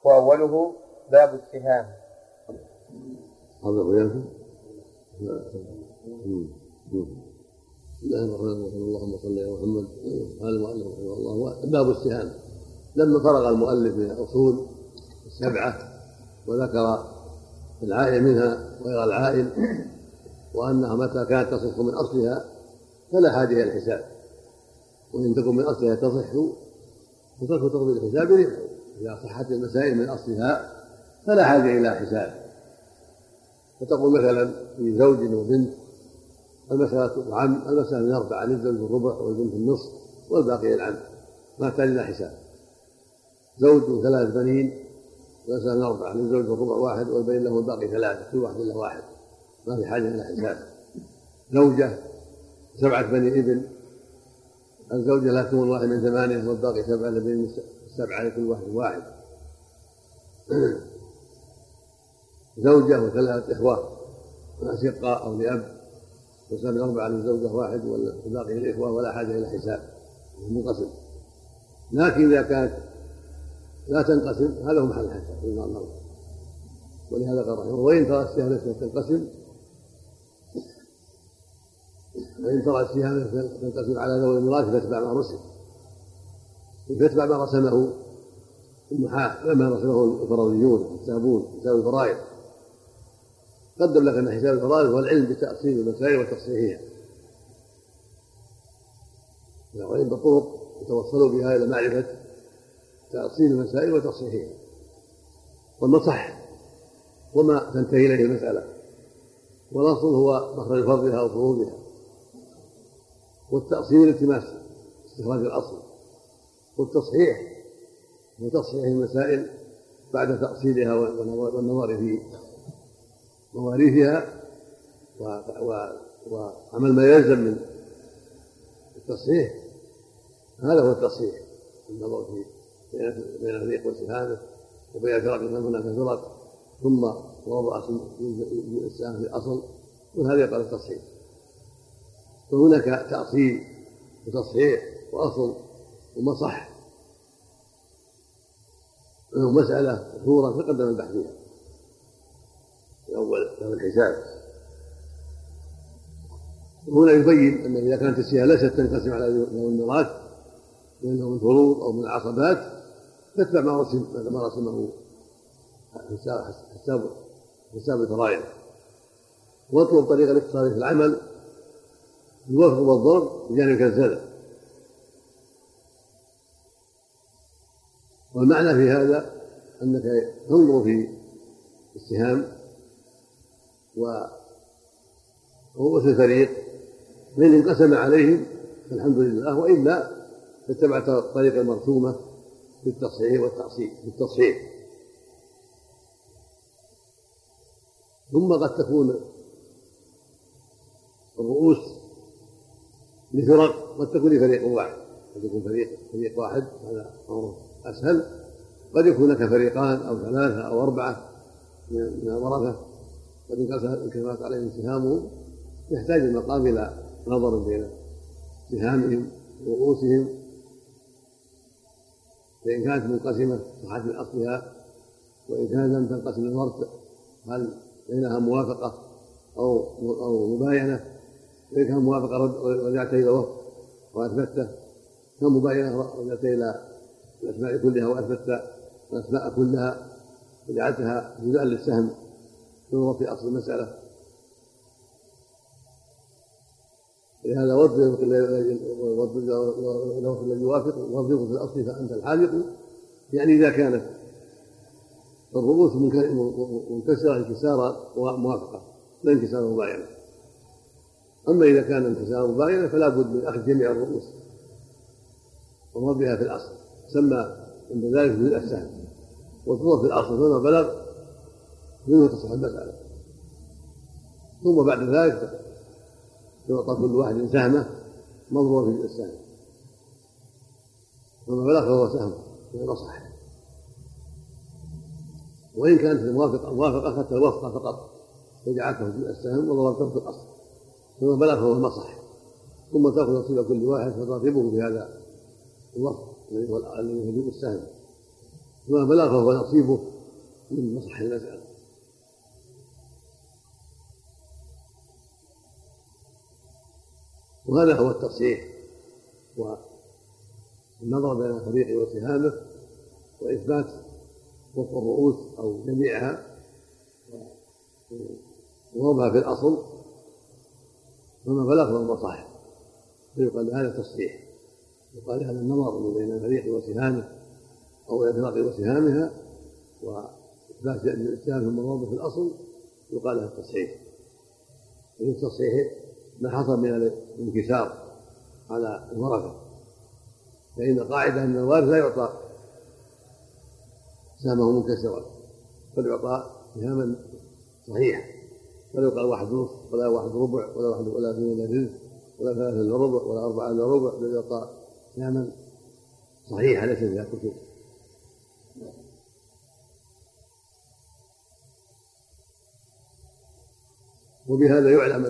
وأوله باب السهام. هذا بيانه. بسم الله الرحمن الرحيم. اللهم صل على محمد. قال المؤلف رحمه الله باب السهام. لما فرغ المؤلف من الأصول السبعة وذكر العائل منها وغير العائل وأنها متى كانت تصح من أصلها فلا حاجة إلى الحساب، وإن تكن من أصلها تصح فترك تقضي الحساب ربح. إذا صحت المسائل من أصلها فلا حاجة إلى حساب. فتقول مثلا في زوج وبنت المسألة العم المسألة من 4 للزوج بالربع والبنت النصف والباقي العم ما تحتاج إلى حساب. زوج 3 بنين المسألة من 4 للزوج بالربع 1 والبنين له الباقي 3 كل واحد له 1 ما في حاجة إلى حساب. زوجة 7 بني ابن الزوجة لا تكون 1 من 8 والباقي 7 لبنين 7 لكل واحد 1. زوجة و3 إخوة أشقاء أو لأب وسبب 4 للزوجة 1 والباقي للإخوة ولا حاجة إلى حساب منقسم. لكن إذا كانت لا تنقسم هذا هو محل الحساب في النظر. ولهذا قال رحمه وإن ترى السهام تنقسم وإن ترى السهام تنقسم على ذوي الميراث فاتبع ما رسم فاتبع ما رسمه المحاة ما رسمه الفرضيون الحسابون حساب الفرائض. قدم لك أن حساب الفرائض هو العلم بتأصيل المسائل وتصحيحها وإن بالطرق يتوصلوا بها إلى معرفة تأصيل المسائل وتصحيحها والنصح وما تنتهي إليه المسألة، والأصل هو مخرج فرضها وفروضها، والتأصيل التماس استخراج الأصل، والتصحيح وتصحيح المسائل بعد تأصيلها والنظر في مواريثها وعمل ما يلزم من التصحيح. هذا هو التصحيح النظر في بين الفريق وسهامه وبين الفرق من هناك فرق ثم وضع السهم في الأصل وهذا يقال التصحيح. فهناك تأصيل وتصحيح وأصل ومصح مسألة مشهورة تقدم البحث فيها في أول الحساب. هنا يبين أن إذا كانت السهام ليست تنقسم على ذوي الميراث وإنه من فروض أو من عصبات فاتبع ما رسمه حساب الفرائض واطلب طريق الاقتصاد في العمل يوافق الضرب بجانب كالزلة. والمعنى في هذا أنك تنظر في السهام ورؤوس الفريق من انقسم عليهم فالحمد لله، وإلا فاتبعت الطريق المرسومة بالتصحيح والتأصيل بالتصحيح. ثم قد تكون الرؤوس لفرق قد تكون لفريق واحد، قد يكون فريق واحد هذا أمر أسهل، قد يكون لك فريقان أو 3 أو 4 من الورثة قد انكسرت عليهم سهامهم يحتاج المقام إلى نظر بين سهامهم ورؤوسهم، فإن كانت منقسمة صحت من أصلها، وإن كانت لم تنقسم الورثة هل بينها موافقة أو مباينة، وإن كان موافقة رجعت إلى وفق وأثبته، كان مباينة رجعت إلى الأسماء كلها وأثبت الأسماء كلها وجعلتها جزءا للسهم تنظر في أصل المسألة. لهذا وظف الذي يوافق وظفه في الأصل فأنت الحاذق، يعني إذا كانت الرؤوس منكسرة انكسار موافقة لا انكسار مباينة. أما إذا كان انكسار مباينة فلا بد من أخذ جميع الرؤوس وضربها في الأصل، سمى عند ذلك جزء السهم، وتضرب في الأصل فما بلغ منه تصح المسألة. ثم بعد ذلك يعطى كل واحد سهمه مضروبا في جزء السهم، فما بلغ فهو سهم غير صح. وإن كانت الموافقة أخذت الوفقة فقط وجعلته في السهم وضربته في الأصل، فما بلغ فهو المصح. ثم تأخذ نصيب كل واحد فتضربه بهذا الوفق الذي هو جزء السهم وما بلغ فهو نصيبه من مصح المسألة. وهذا هو التصحيح، والنظر بين الفريق وسهامه، وإثبات وفق الرؤوس أو جميعها ووضعها في الأصل، وما بلغ فهو صح، فيقال هذا تصحيح، يقال هذا النظر بين الفريق وسهامه أو الفرق وسهامها وإثبات السهام المضاد في الأصل، يقال هذا التصحيح. وفي التصحيح ما حصل من الانكسار على الورقة، فإن قاعدة أن الوارث لا يعطى سهمه منكسرا، بل يعطى سهاما صحيحا، ولا يقال 1.5 ولا 1 ربع ولا 2 إلا رزق ولا 3 إلا ربع ولا 4 إلا ربع، بل يعطى سهاما صحيحا ليس فيها كسور. وبهذا يعلم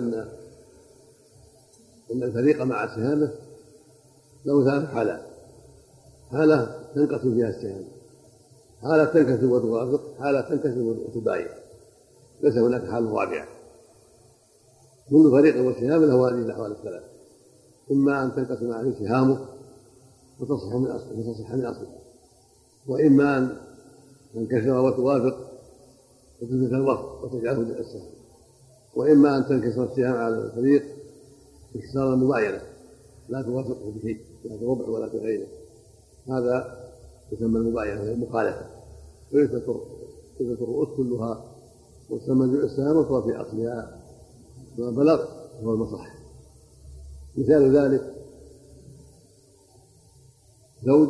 أن الفريق مع سهامه له 3 حالات: حالة تنقسم فيها السهام، حالة تنكسر وتوافق، حالة تنكسر وتباين، ليس هناك حال رابعة. كل فريق وسهام له هذه الأحوال الثلاث: إما أن تنقسم عليه سهامه وتصح من أصله، وإما أن تنكسر وتوافق وتثبت الوقت وتجعله السهم، وإما أن تنكسر السهام على الفريق انكسارا مباينة لا توافقه بشيء، لا بربع ولا بغيره، هذا يسمى المباينة وهي المخالفة، ويثبت الرؤوس كلها وتسمى جزء السهام وتوافق في أصلها، ما بلغ هو المصح. مثال ذلك زوج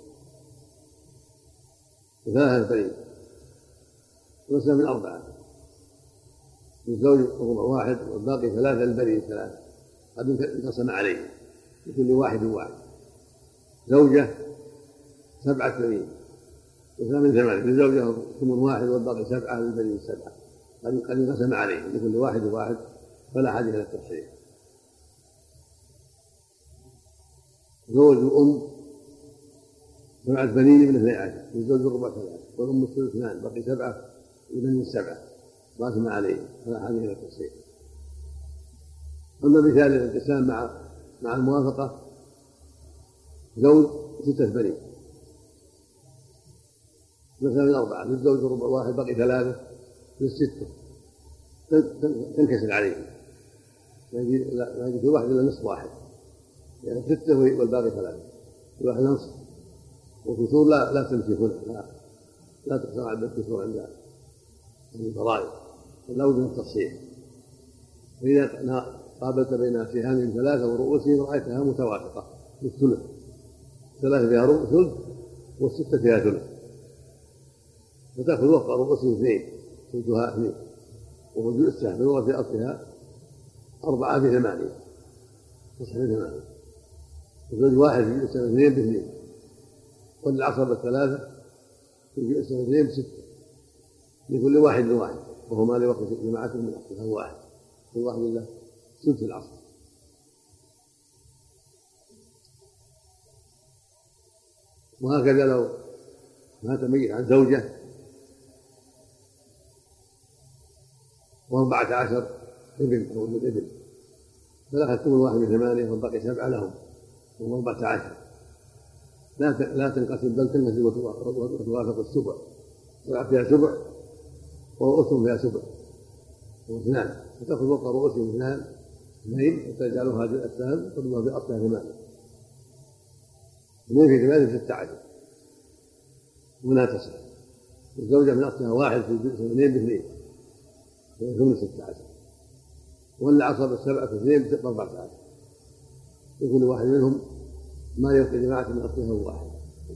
وثلاثة بنين وسهم من 4، للزوج ربع 1 والباقي 3 للبنين 3، قد انقسم عليه لكل واحد. زوجة 7 بنين وسهم من 8، للزوجة ثمن 1 والباقي 7 للبنين 7، قد انقسم عليه لكل واحد، فلا حاجة إلى التصحيح. زوج وأم 7 بنين من 12، للزوج ربع 3 والأم الثلث 2، بقي 7 للبنين 7، قاسم عليه، فلا حاجة إلى التصحيح. أما مثال الانقسام مع الموافقة: زوج 6 بنين مثلا من 4، للزوج ربع 1 بقي 3 لل6، تنكسر عليه، لا يجي في واحد إلا نصف واحد، يعني 6 والباقي 3، الواحد نصف، والكسور لا تمشي هنا، لا تقصر عند الكسور عند الفرائض، فلا بد من التصحيح. فإذا قابلت بين سهام 3 ورؤوسهم رأيتها متوافقة بالثلث، 3 فيها ربع ثلث والستة فيها ثلث، فتأخذ وفق رؤوسهم 2 ثلثها 2، وهو جزء السهم يضرب في أصلها 4 ب8 تصح ب8، وزوج واحد في جزء السهم 2 ب2، والعصبة 3 في جزء السهم 2 ب6، لكل واحد بواحد، وهما لوقت جماعة من أصلها واحد، كل واحد له ثلث العصر. وهكذا لو مات ميت عن زوجة و14 ابن أو ابن ابن، فلها ثمن 1 من 8 والباقي 7 لهم، وهم 14، لا تنقسم بل تنقسم وتوافق السبع، 7 فيها سبع ورؤوسهم فيها سبع و2، فتأخذ وفق رؤوسهم 2 وتجعلها هذه الأسهم تضربها بأصلها 8، 2 في 8 16، ولا تصح. الزوجة من أصلها 1 في جزء 2 ب2 وهي 16، والعصبة 7 في 2 ب14، لكل واحد منهم ما يبقي جماعة من أصلها هو 1.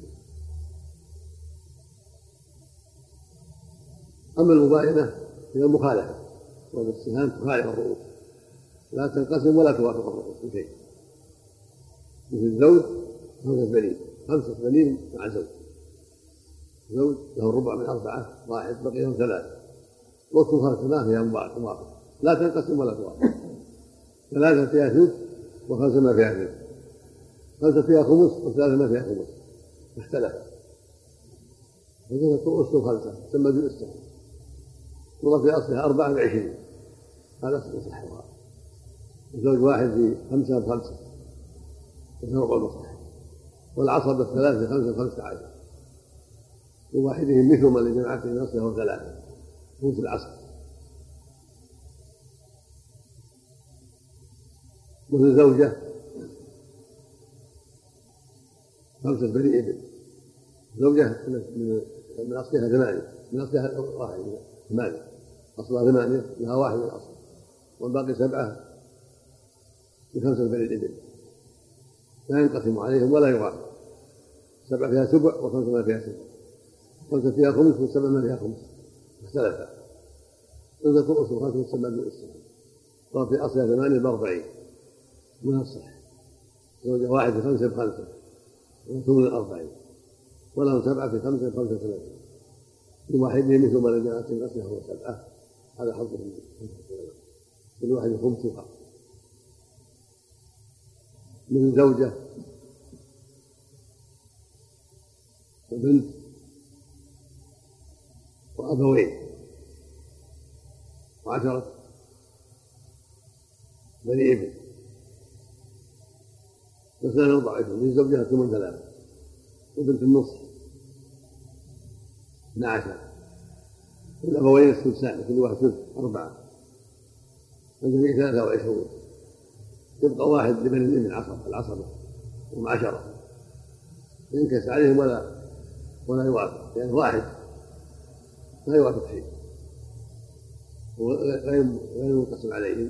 أما المباينة هي المخالفة، وأن السهام تخالف الرؤوس، لا تنقسم ولا توافق الرؤوس بشيء، مثل الزوج 5 بنين مع زوج له الربع من 4 1 بقي له 3، والكفار 3 فيها موافقة، لا تنقسم ولا توافق، 3 فيها ثلث و5 ما فيها ثلث، 5 فيها خمس و3 ما فيها خمس، اختلف. وزوجة أسر 5 تسمى جزء السهم، وفي أصلها 4 ب20، هذا يصحها. زوج واحد في 5 ب5 ربع المصلحة، والعصبة 3 في 5 ب15، وواحدهم مثل من لجماعته من أصلها 3 هو في العصر. وفي زوجة 5 بني ابن، زوجة من أصلها 8، من أصلها 1 8، أصلها 8 لها 1 من الأصل، والباقي 7 ب5 بني الابن، لا ينقسم عليهم ولا يوافق. 7 فيها سبع و5 ما فيها سبع، 5 فيها خمس و7 ما فيها خمس، اختلفا. إذا تكون أصل 5 تسمى بالإسلام، وفي أصلها 8 ب40 من الصح. زوجة 1 في 5 ب5 وثمن 40، ولهم 7 في 5 ب35، لواحدهم مثل ما لجماعة من أصلها هو 7، هذا حظهم كل واحد خمسها. من زوجة وبنت وأبوين و10 بني ابن، مثلا ضعيفهم. من زوجها 8 3، وبنت النصف 12، والأبوين الثلثان كل واحد ثلث 4، الجميع 23. يبقى واحد لبني الابن العصبة هم 10، ينكس عليهم ولا يوافق، يعني واحد لا يوافق شيء غير منقسم عليهم.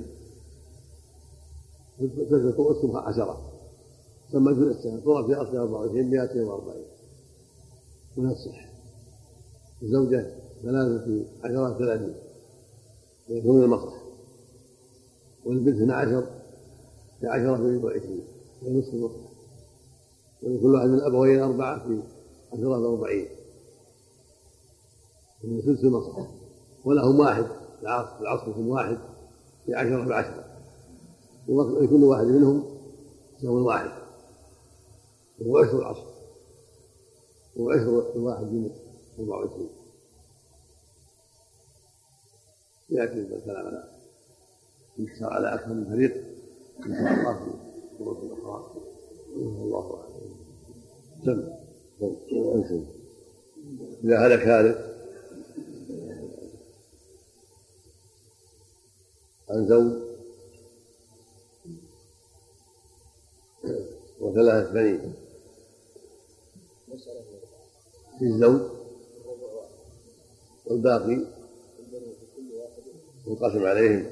تكون أسرها 10 ثم جزء السنة طلع في أصلها 24 240 من الصح. الزوجة 3 في 10 30 ويكون المصلح، والبنت 12 في 10 في 20 ونصف المصلح، ولكل واحد من الأبوين 4 في 10 في 40 من ثلث المصلح، ولهم 1 العصر كل واحد في 10 في 10، وكل واحد منهم يساوي 1 وهو عشر العصر، وعشر الواحد من 24. يأتي الكلام على انحصار على أكثر من فريق إن شاء الله في الشروط الأخرى. الله أعلم. إذا هلك هالك عن زوج و3 بنين، في الزوج والباقي منقسم عليهم.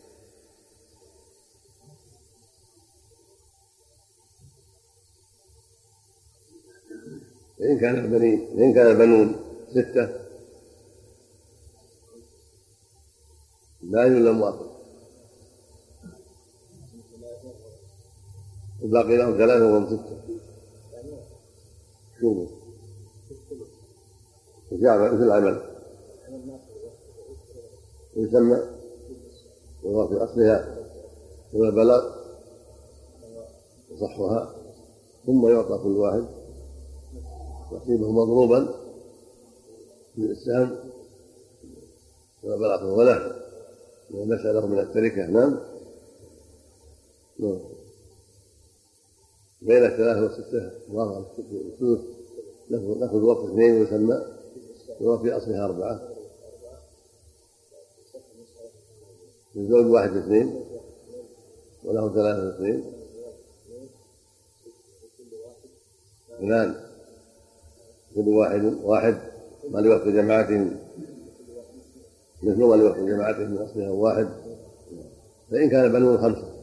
إن كان البنون 6 لا يلزم موافق، والباقي لهم 3 وهم 6. شوفوا مثل العمل يسمى وهو في أصلها هو البلاغ وصحها، ثم يعطى كل واحد نصيبه مضروبا بالإسلام وما بلغه وله ومسأله من التركة. نعم بين 3 و6 وضع الثلث نأخذ وقت 2 ويسمى وهو في أصلها 4. الزوج 1 في 2 وله 3 في 2. نعم كل واحد ما لوقت جماعتهم مثل ما لوقت جماعتهم من أصلها 1. فإن كان البنون 5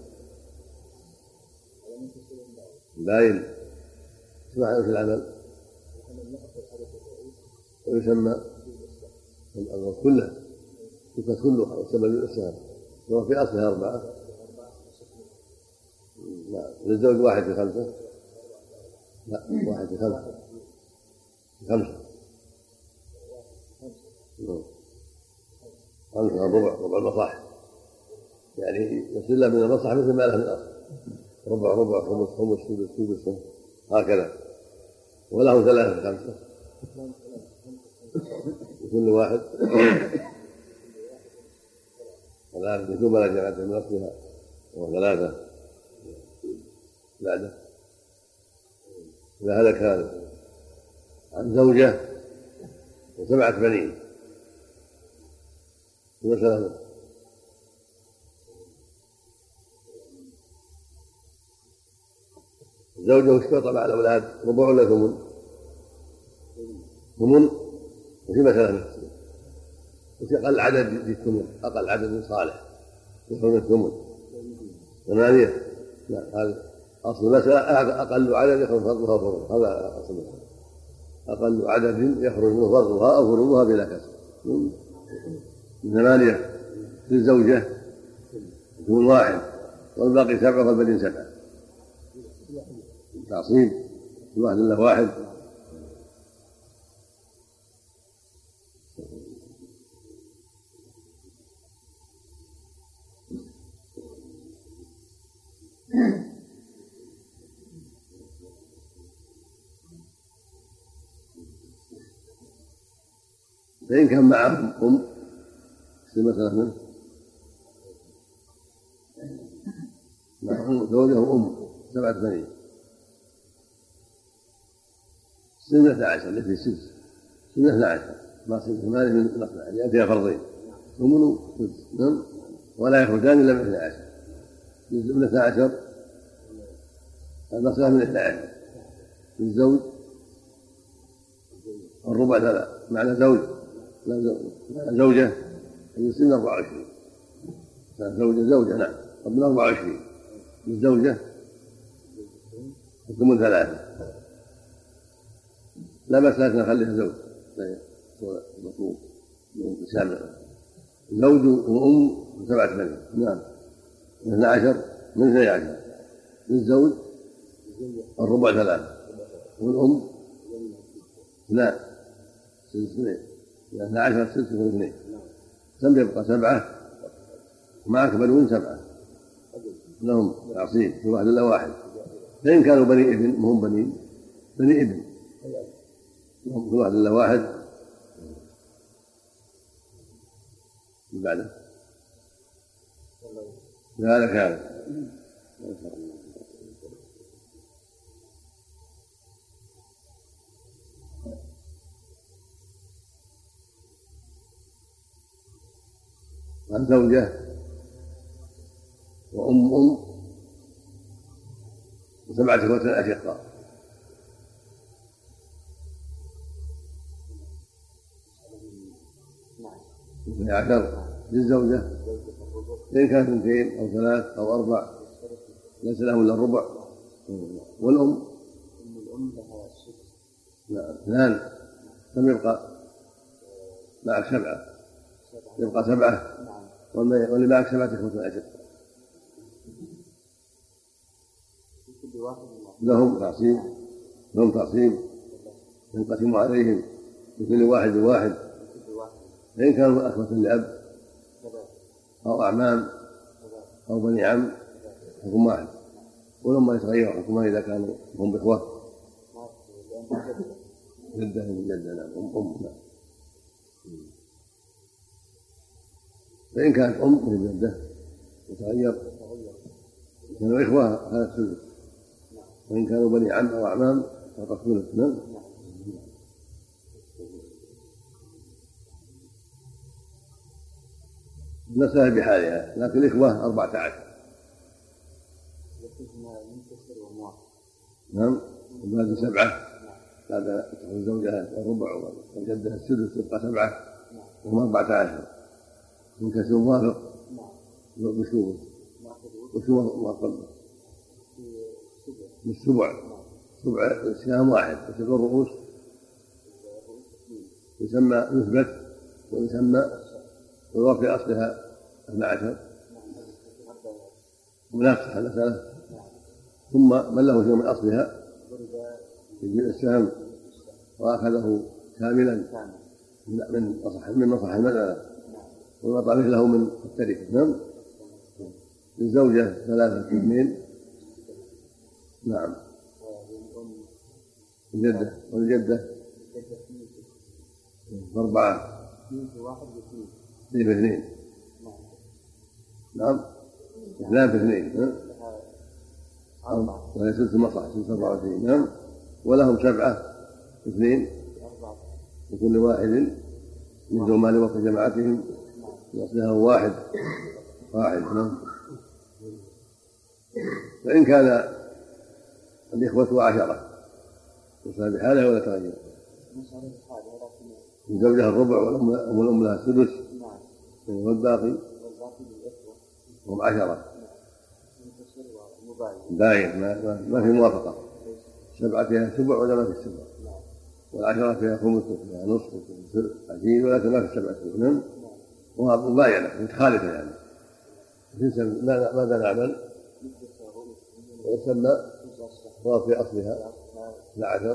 باين اسمع في العمل ويسمى كلها كلها وسمى الإسلام وهو في أصلها 4. نعم للزوج 1 في 5. لا 1 في 5 5 ربع المصاحف، يعني يصير له من المصاحف مثل ما له من الأصل، ربع خمس سدس هكذا، وله 3 في 5. لكل واحد ثلاثة ثم لا جماعة من أصلها وثلاثة بعده. إذا هلك هذا عن زوجة وسبعة بنين مثلا زوجه اشترط مع الأولاد ربع ولا ثمن؟ ثمن. وفي مثلا وفي أقل عدد في الثمن، أقل عدد صالح يخرج الثمن 8. لا هذا أصل المسألة أقل عدد يخرج فرضها وفرضها، هذا أصل المسألة. أقل عدد يخرج منه فرضها أو فرضها بلا كسر. 8 للزوجة ثمن 1 والباقي 7 والبنين 7 تعصيب الواحد إلا واحد. فإن كان معهم مثلا منه معهم زوجه 7 بنين سن 12 التي السدس سن 12 ما سن 8 من 12 لأنها فرضين ثمن سدس ولا يخرجان إلا من 12 من 12 المصلحة من 11 للزوج الربع 3 معنى زوج زوجة من سن 24 زوجة نعم قبل 24 للزوجة ثمن 3 لا بأس لكن نخليها زوج مطلوب سامع زوج وأم 7 بنين نعم من 12 من 12 للزوج الربع 3 والأم لا 2 12 6 2 كم يبقى 7 معك بنون 7 لهم تعصيب في واحد إلا واحد. فإن كانوا بني ابن مهم بنين بني ابن لهم في واحد إلا واحد بعده. هذا كان عن زوجة وأم و7 إخوة أشقاء عشر للزوجة إن كانت 2 أو 3 أو 4 ليس لهم إلا الربع. والأم لا 2 كم يبقى معك 7 يبقى 7 واللي معك 7 إخوة أشقاء لهم تعصيب ينقسم عليهم لكل واحد بواحد. فإن كانوا أخوة لأب أو أعمام أو بني عم حكم واحد. ولما يتغير حكمها إذا كانوا هم بإخوة جدة من جدة نعم فإن كانت من جدة يتغير كانوا إخوة هذا الثلث. وإن كانوا بني عم أو أعمام فالثلث نعم. نفسها بحالها لكن الإخوة 14 نعم وبعد 7 بعد تخرج زوجها الربع وجدها السدس يبقى 7 وهم 14 من كسر موافق بشروط ما قبل السبع سهام واحد وشق الرؤوس يسمى مثبت ويسمى ويضاف في أصلها 12 منافسة المسألة. ثم من له شيء من أصلها يجيء السهم وأخذه كاملا من مصح المسألة ويعطى مثله من التركة نعم. للزوجة 3 2 نعم والجدة 4 2 في 2 نعم 2 في 2 وهي 6 مصح 24 نعم ولهم 7 في 2 لكل واحد مثل ما لوقت جماعتهم يصلها واحد نعم. فإن كان الإخوة 10 وصار بحاله ولا تغير زوجها الربع والأم لها السدس والباقي هم 10 باين ما في موافقة 7 فيها سبع ولا ما في السبع والعشرة فيها خمس وفيها نصف وفيها عشرين ولكن ما في 7 نعم ومباينة متخالفة يعني ماذا نعمل؟ ويسمى هو في أصلها 12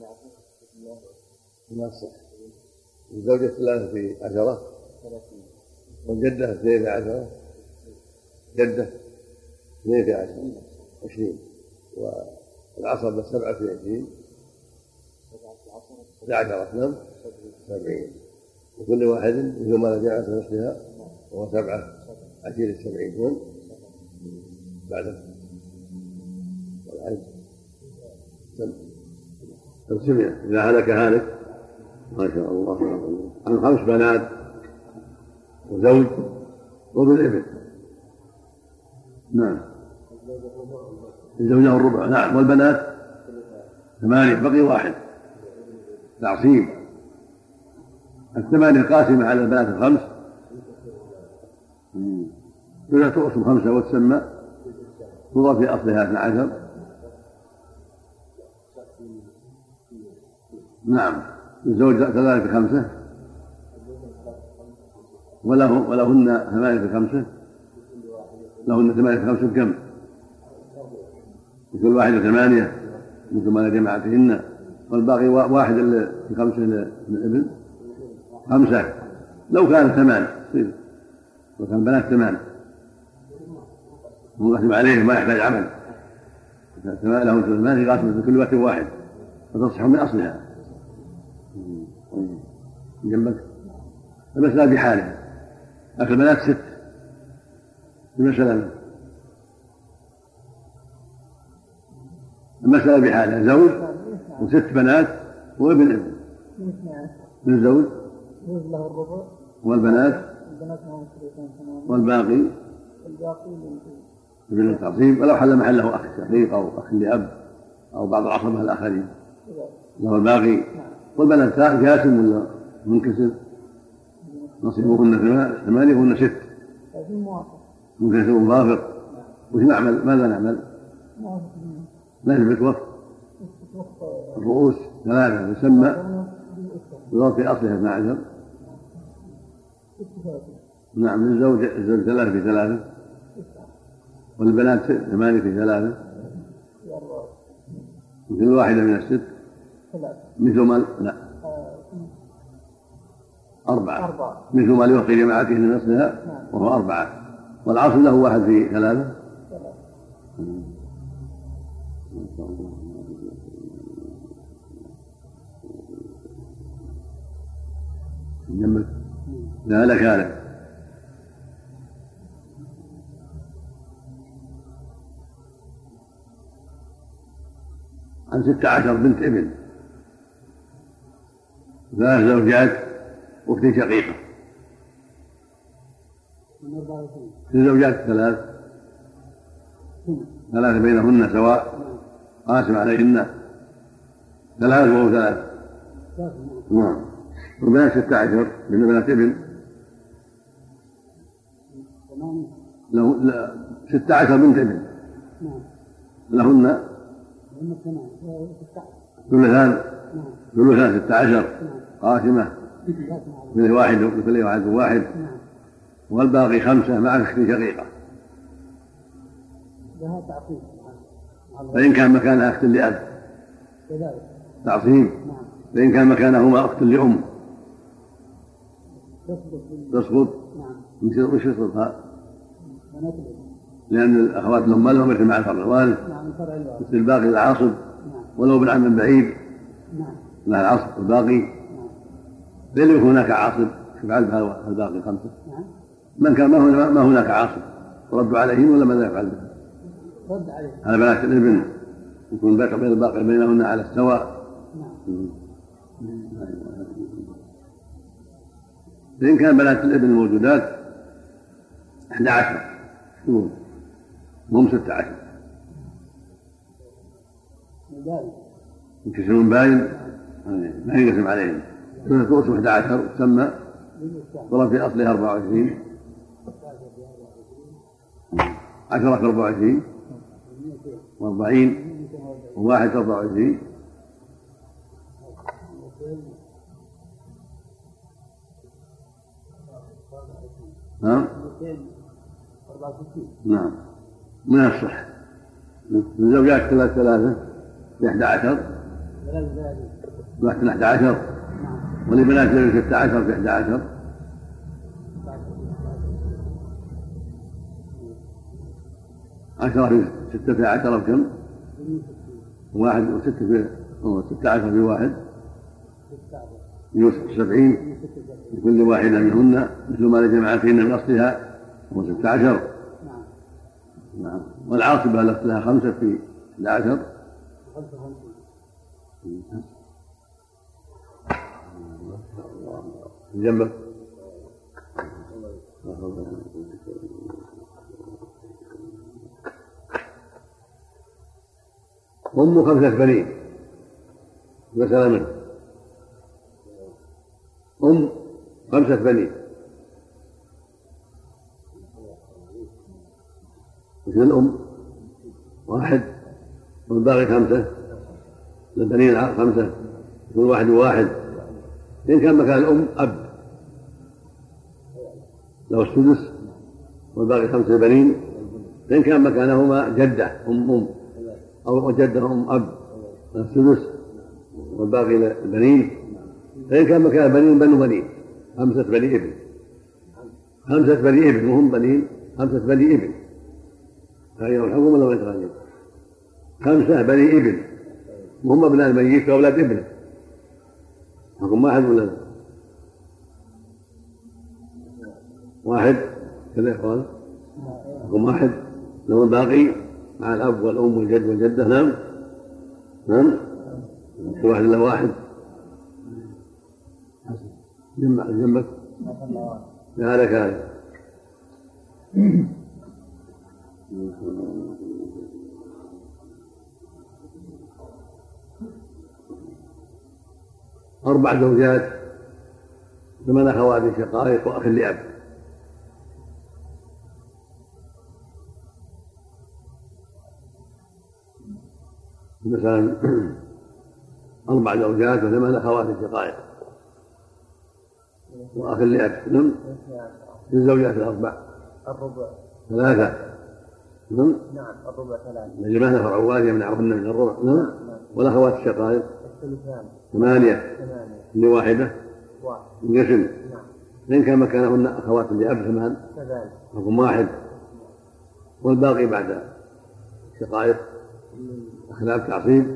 ما الصح الزوجة 3 في 10 والجدة 2 في 10 جدة 2 في 10 20 والعصبة 7 في 20 11 نعم 70 وكل واحد مثل ما رجع في نصفها وهو 7 عشير 70 بعد والعيد تقسمها إذا هلك هالك ما شاء الله عن 5 بنات وزوج وابن ابن نعم الزوجة الربع نعم والبنات 8 بقي 1 تعصيب 8 قاسمة على البنات 5 إذا تقسم 5 وتسمى تضاف في أصلها 12 نعم الزوج كذلك 5 ولهن 8 في 5 لهن 8 في 5 بكم؟ لكل واحد 8 مثل ما لجماعتهن والباقي 1 في 5 للابن 5 لو كانت 8 لو كان بنات 8 ونقسم عليه ما يحتاج عمل لهم 8 قاسمة كل واحد 1 فتصح من أصلها جنبك المسألة بحالها لكن البنات 6 المسألة بحالها زوج و6 بنات وابن ابن من الزوج والبنات والباقي ابن التعصيب ولو حل محله أخ شقيق أو أخ لأب أو بعض العصبة الآخرين له الباقي والبنات جاسم ولا منكسر نصيبهن 8 وهن 6 ممكن يكون ظافر وش نعمل؟ ماذا نعمل؟ نثبت وفق الرؤوس 3 يسمى يضاف في أصلها 12 نعم الزوج 3 في 3 والبنات 8 في 3 مثل واحدة من 6 مثل ما لا 4 مثل ما لوقت جماعته من أصلها وهو 4 والعصر له 1 في 3 جنبك لا لك هذا عن 16 بنت ابن 3 زوجات واخت شقيقة الزوجات 3 بينهن سواء قاسم عليهن 3 وهو 3 نعم والبنات 16 من بنات ابن له 16 بنت ابن لهن ثلثان 16 قاسمة من واحد لكل واحد 1 والباقي 5 مع اخت شقيقة فإن كان مكانها أخت لأب تعصيب فإن كان مكانهما أخت لأم تسقط وش يسقطها؟ لأن الأخوات لهم ما لهم مثل مع الفرع الوارث مثل الباقي العاصب ولو ابن عم بعيد لها العصب الباقي لم يكن هناك عاصب يفعل بها الباقي 5. من كان ما هناك عاصب ردوا عليهم ولا ماذا يفعل بها؟ رد عليهم على بنات الابن يكون بين الباقي بينهن على السواء. فإن كان بنات الابن الموجودات 11 هم 16 ينكسرون باين ما ينقسم عليهم تقسم 11 وتسمى ضرب في أصلها 24 10 في 24 و40 وواحد في 24 نعم من الصح. الزوجات 3 في 11 واحد 11 ولبنات 16 في 11 10 في 16 بكم؟ 1 و6 في 16 في 1 يوسف 70 لكل واحدة منهن مثل ما لجمع فيهن من أصلها هو 16. نعم والعاصبة لها 5 في 11 جنبك أم 5 بنين مثلا منه أم 5 بنين مثل الأم 1 والباقي 5 البنين 5 يكون 1 و1 إن كان مكان الأم أب لو السدس والباقي 5 بنين. إن كان مكانهما جدة أم أو جدة أب السدس والباقي البنين. فإن كان مكان البنين بنين 5 بني ابن 5 بني ابن وهم بنين 5 بني ابن تغير الحكم ولا ما يتغير؟ 5 بني ابن وهم ابناء الميت وأولاد ابنه حكم واحد ولا لا؟ واحد كذا يا إخوان حكم واحد له الباقي مع الأب والأم والجد والجدة. نعم كل واحد إلا واحد جنبك لا لك هذا 4 زوجات 8 أخوات شقائق وأخ لأب. مثلا 4 زوجات و8 أخوات شقائق وأخ لأب. الزوجات 4 الربع 3 نعم الربع 3 جمعنا فرعوات يمنعهن من الربع. نعم والأخوات الشقائق 8 لواحدة انقسم. إن كان مكانهن أخوات لأب 8 حكم واحد والباقي بعد شقائق أخلاف تعصيب.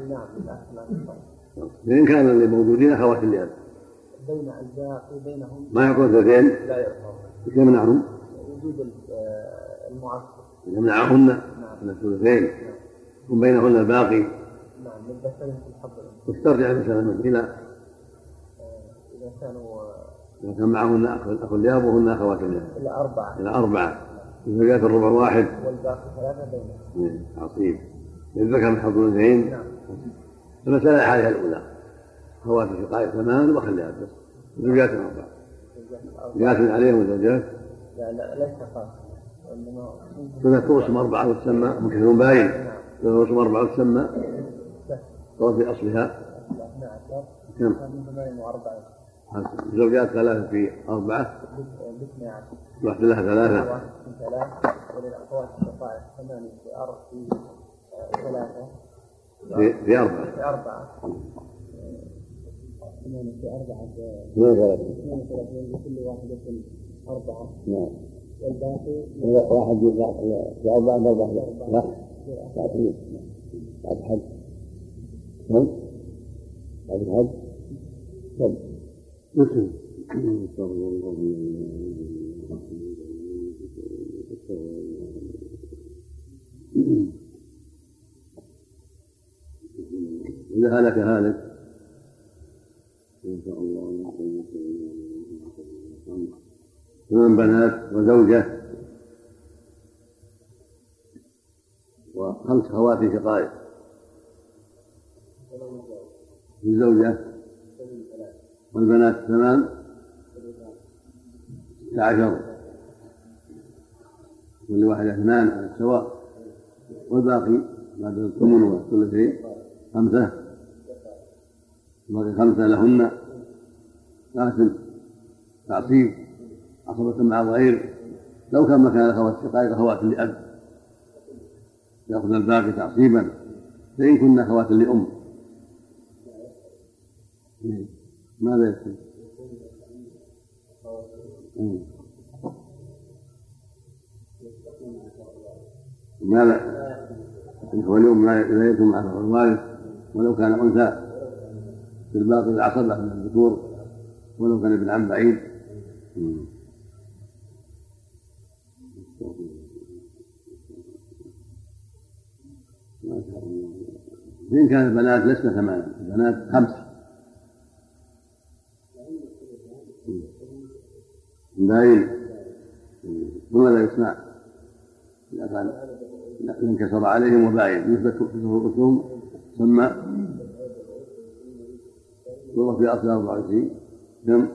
إن كان اللي موجودين أخوات لأب بين الباقي بينهم ما يكون 2 لا يرفعون يمنعهم وجود المعصب يمنعهن من الثلثين وبينهن الباقي. نعم للذكر في الحظ وترجع مثلا إلى إذا كان معهن أخ لأب وهن أخوات لأب إلى 4 الزوجات الربع 1 والباقي 3 بينهم عصيب للذكر من حظ الأنثيين. المسألة الحالية الأولى أخوات شقائق 8 وأخ لأب بس الزوجات 4 ياسن عليهم الزوجات لا ليس خاص كذا تقسم 4 وتسمى مكثرون باين تقسم 4 وتسمى ضرب في أصلها كم؟ الزوجات 3 في 4 واحد لها 3 وللأخوات الشقائق 8 في 4 في 4 في 4 8 في 4 لكل واحدة 4. نعم والباقي واحد في 4 لا تعطيه بعد حد بعد الحد طب إذا هلك هالك إن شاء الله ثمان بنات وزوجة وخمس خواتي شقائق. الزوجة والبنات 8 16 كل واحدة 2 على السواء، والباقي بعد الثمن والثلثين 5 باقي 5 لهن، لكن تعصيب عصبة مع الغير. لو كان مكان الأخوات الشقائق أخوات لأب يأخذ الباقي تعصيبا، فإن كنا أخوات لأم ماذا يكون؟ ماذا؟ هو اليوم لا يكون معه الوارث ولو كان أنثى، في الباقي العصبة من الذكور ولو كان ابن عم بعيد. فإن كان البنات لسنا 8 البنات 5 باين ولا يصنع إذا كان انكسر عليهم وباين يثبت في الرسوم ثم يضرب في أصل 24 كم؟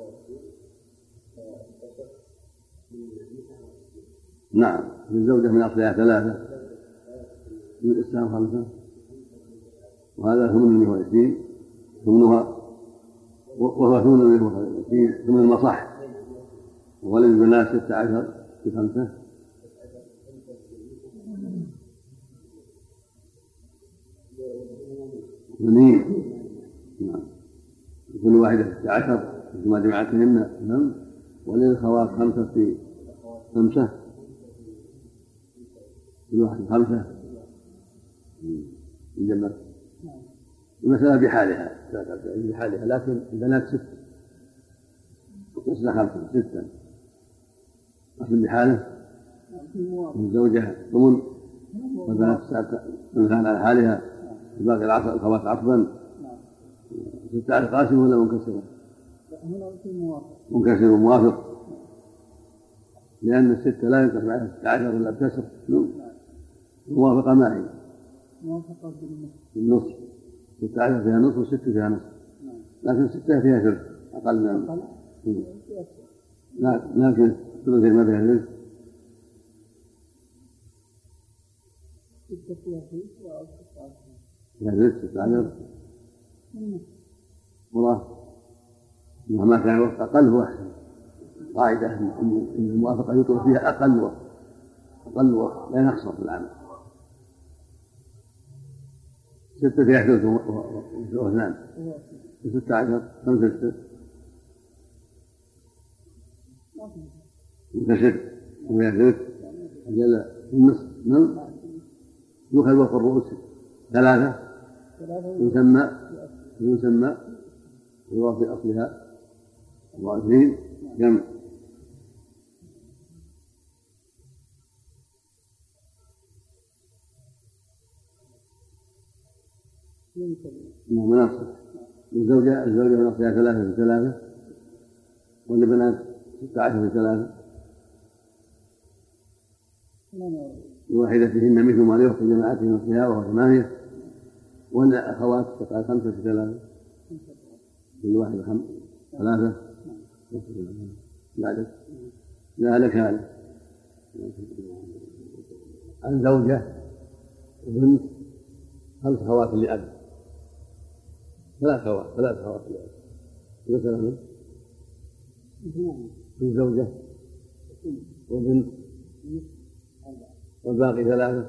نعم للزوجة من أصلها 3 للإسلام 5 وهذا 28 ثمنها وهو 28 ثمن المصح، وللبنات 16 في 5 8. نعم كل واحدة 16 كما جمعتهن. نعم وللخوات 5 في 5 كل واحد 5 الجمع. المسألة بحالها لكن البنات 6 مثل 5 6 أصل بحاله. الزوجة ثمن والبنات 9 على حالها، باقي الخوات عصبا. 16 قاسم ولا منكسر؟ منكسر موافق، لأن 6 لا ينقسم على 16 إلا بكسر. موافقة ما هي؟ موافقة بالنصف. 16 فيها نصف و6 فيها نصف، لكن 6 فيها ثلث أقل من لكن ثلث ما فيها ثلث. 6 فيها ثلث فيها ثلث 16 والله مهما كان الوقت أقل هو أحسن. قاعدة أن الموافقة يطلق فيها أقل وقت لا ينقصر في العمل. 6 فيها ثلث و2 16 5 منكسر وفيها ثلث جل النصف. يؤخذ وفق الرؤوس 3 يسمى يضاف في أصلها 24 جمع. مناصب الزوجة من أصلها 3 في 3 والبنات 16 في 3 لواحدتهن مثل ما يخرج جماعتهن أصلها وهو 8 والأخوات 5 في 3 كل واحد 3 بعد ذلك هذا الزوجة وبنت 5 خوات لأب 3 خوات لأب مثلا الزوجة وبنت والباقي 3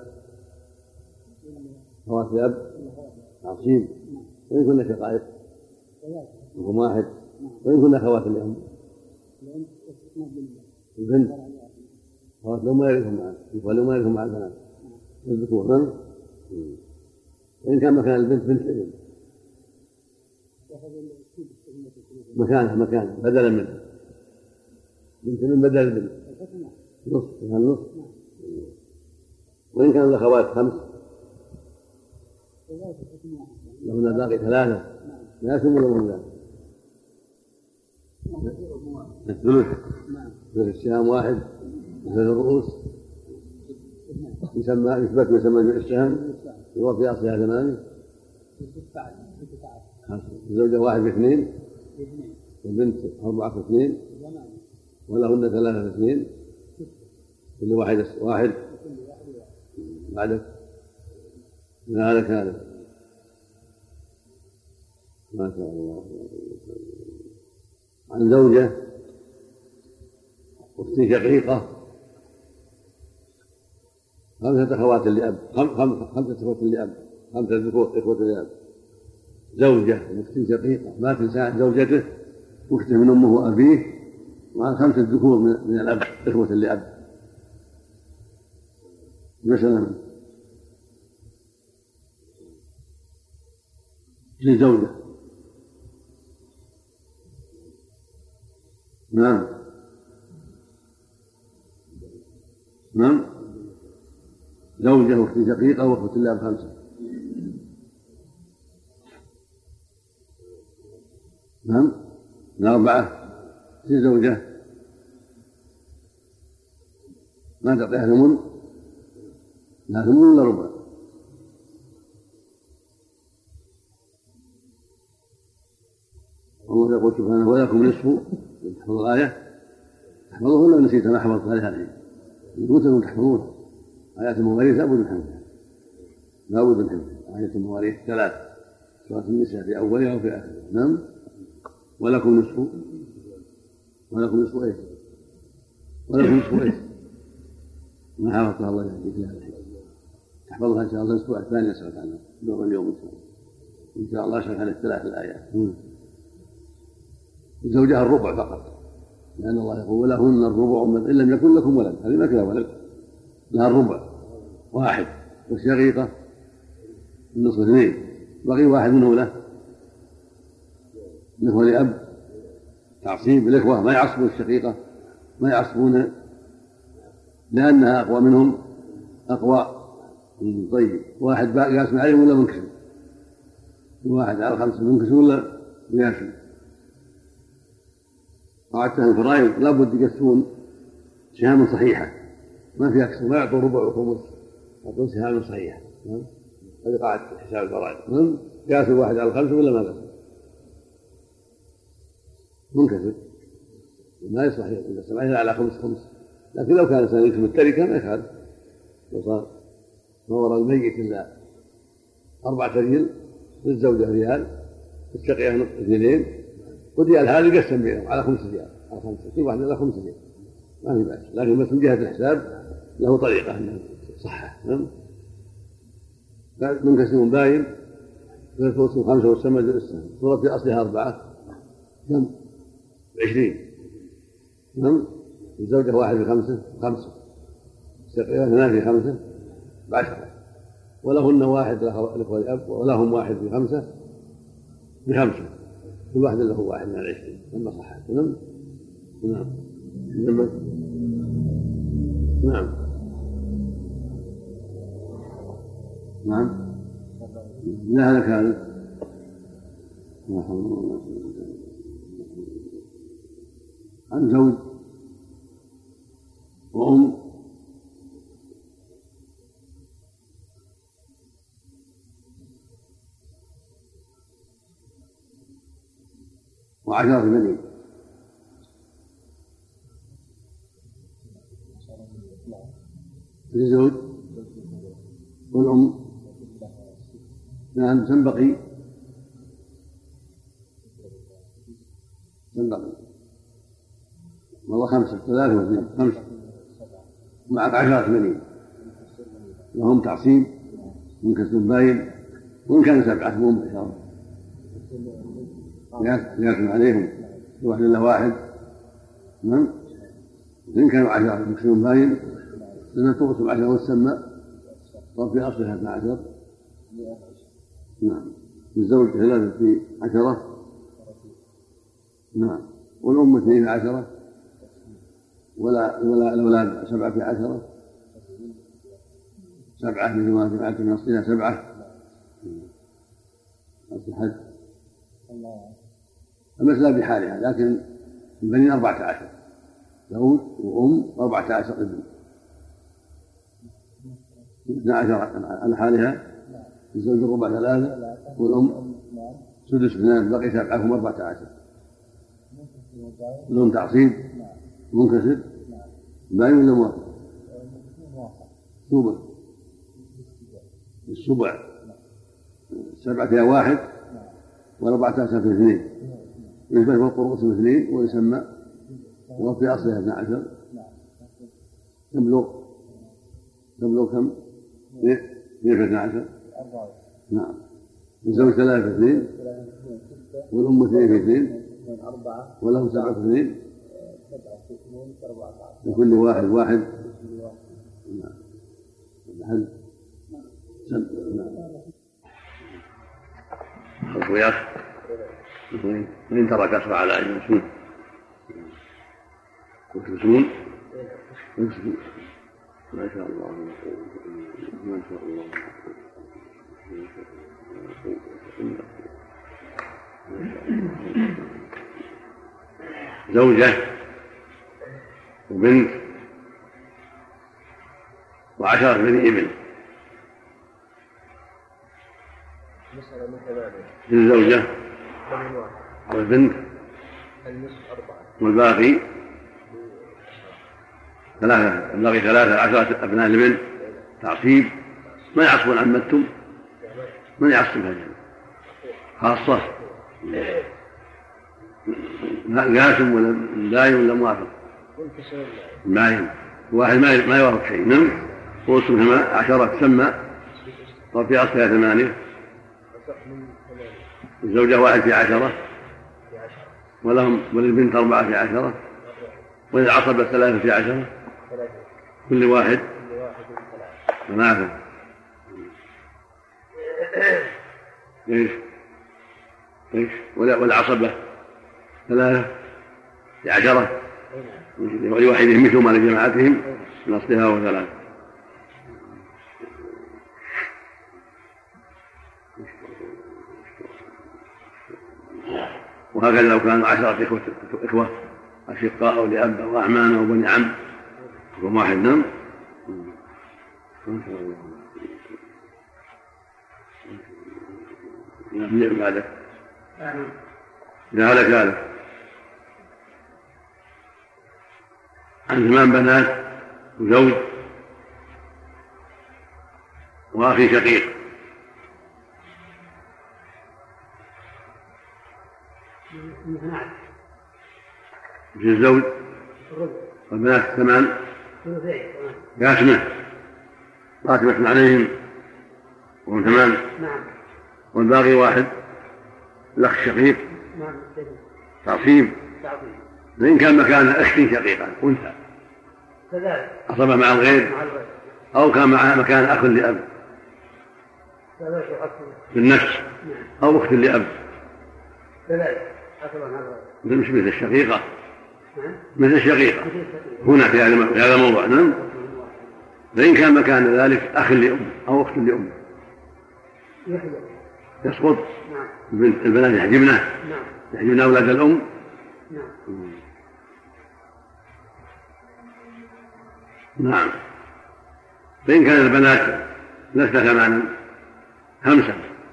خوات لأب عصيب، وإن كنا شقائق وهم واحد، وإن كنا خوات لأم البنت خوات لأم ما يرثهم معه ولو ما يرثهم مع البنات الذكور. وإن كان مكان البنت بنت ابن مكانها بدلا منه، بنت من بدل منه نصف فيها النصف. وإن كان الأخوات 5 لهن باقي 3 لا يتم لهم ذلك. الثلث السهام 1 مثل الرؤوس يثبت ويسمى السهم وفي أصلها 8. الزوجة 1 ب2 والبنت 4 ب2 ولهن 3 ب2 كل واحد بعدك من هذا كان ما شاء الله. عن زوجة أخت شقيقة 5 أخوات لأب 5 إخوة لأب 5 إخوة لأب. زوجة أخت شقيقة مات زوجته أخته من أمه وأبيه مع 5 ذكور من الأب إخوة لأب مثلا لزوجة. نعم زوجة أخت شقيقة وأخت لأب 5. نعم من 4 في زوجة ما تعطيها ثمن لا ثمن ولا ربع. الله يقول سبحانه ولكم نصف. تحفظ الآية تحفظه ولا نسيت؟ أنا حفظت عليها الحين قلت لكم تحفظونها. آيات المواريث لابد من حفظها لابد من حفظها. آية المواريث 3 سورة النساء في أولها وفي آخرها. نعم ولكم نصف إيش؟ ولكم نصف إيش؟ ما حفظتها الله يهديك لها الحين تحفظها إن شاء الله الأسبوع الثاني أسألك عنها دور اليوم إن شاء الله أشرح عن ال3 الآيات. زوجها الربع فقط لأن الله يقول ولهن الربع إن لم يكن لكم ولد. هذه ما كذا ولد لها الربع 1 والشقيقة النصف 2 بقي 1 منه له الإخوة لأب تعصيب. الإخوة ما يعصبون الشقيقة ما يعصبون لأنها أقوى منهم أقوى. طيب 1 يقاسم عليهم ولا منكسر؟ 1 على 5 منكسر ولا ياسم؟ قاعدتها الفرائض لابد يقسمون سهام صحيحة ما فيها كسر ما يعطوا ربع وخمس يعطون سهام صحيحة. هذه قاعدة حساب الفرائض. قاسم 1 على 5 ولا ما قاسم؟ منكسر ما يصلح يقسم على 5. لكن لو كان الإنسان يكتب التركة ما يخالف لو صار ما وراء الميت إلا 4 ريال للزوجة ريال الشقية 2 وريال هذا يقسم بينهم على 5 ريال على 5 كل واحد له 5 ريال ما في بأس. لكن بس من جهة الحساب له طريقة أنه صحة. منكسر باين فالفوس 5 والسمد السهم صورة في أصلها 4 كم 20. الزوجة 1 في 5 الشقية 2 في 5 ب10 ولهن 1 الإخوة الأب ولهم 1 في 5 ب5 كل واحد له 1 من 20 لما صحت. نعم لا هذا كان لا حول ولا قوة إلا بالله. عن زوج وأم و10 بنين. الزوج والأم نعم تنبقي والله 5 3 و2 5 معك 10 بنين وهم تعصيب منكسر باين وإن كان 7 هم إن شاء الله يأكل عليهم واحد إلا 1. نعم إن كانوا 10 منكسر باين لأنها تقسم 10 والسمى وفي أصلها 12. نعم الزوج 3 في 10 نعم. والأم 12 ولا الأولاد 17 7 مثل ما جمعت من أصلها 7 الحج. المسألة بحالها، لكن البنين 14 زوج وأم 14 ابن 12 على حالها. الزوج الربع 3 والأم سدس 2 بقي 7 هم 14. لهم تعصيب منكسر باين ولا موافق؟ سبع السبع 7 فيها 1 و14 في 2 يشبه فوق رؤوس 2 ويسمى وفي أصلها 12 تبلغ كم؟ 2 في 12. نعم. الزوج 3 في 2 والأم 2 في 2 ولهم 7 في 2 لكل واحد. نعم. الخياط من ترك أسرع على أن يسمون ما شاء الله ما شاء الله زوجة وبنت و10 بني ابن. الزوجة والبنت والباقي 13 أبناء الابن تعصيب ما يعصبون عمتم من يعصب هذا خاصة قاسم ولا دايم ولا موافق باين واحد ما يوافق شيء. نعم. وصلهم 10 تسمى وفي أصلها 8. الزوجة 1 في 10 وللبنت 4 في 10 وللعصبة 3 في 10 كل واحد 8. ايش والعصبة 3 في 10 ولواحدهم مثل ما لجماعتهم من أصلها 3. وهكذا لو كانوا 10 إخوة أشقاء أو لأب أو أعمام أو بني عم يكون واحد. نعم. إذا هلك عن 8 بنات وزوج وأخي شقيق في الزوج والبنات 8 قاسمة عليهم وهم 8 والباقي 1 الأخ الشقيق تعصيب وإن كان مكان أخت شقيقا أنثى أصبح مع الغير أو كان معها مكان أخ لأب بالنفس أو أخت لأب مش مثل الشقيقة هنا في هذا الموضوع. نعم. فإن كان مكان ذلك أخ لأم أو أخت لأم يسقط. البنات يحجبن أولاد الأم. نعم. فإن كان البنات لسنا 8 5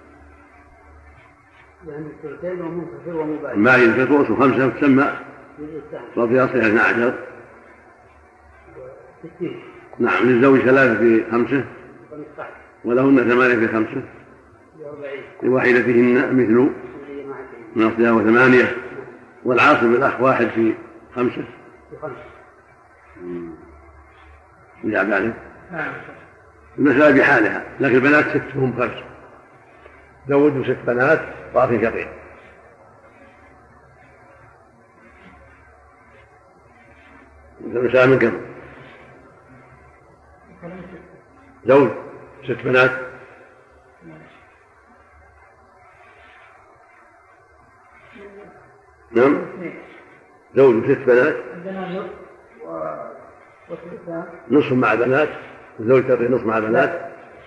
يعني الثلثين ومنكسر ومباشر ما هي الفطوس 5 تسمى وفي أصلها 12. نعم. للزوج 3 في 5 ولهن 8 في 5 لواحدتهن مثل من أصلها 8 والعاصب الأخ 1 في 5 يجعل ذلك المسألة بحالها. لكن البنات 6 هم 5 زوج 6 بنات وأخ شقيق. المسألة من كم؟ زوج 6 بنات نعم. زوج وست بنات. عندنا نصف وثلثان. نصف مع بنات. الزوج تعطي نصف مع بنات.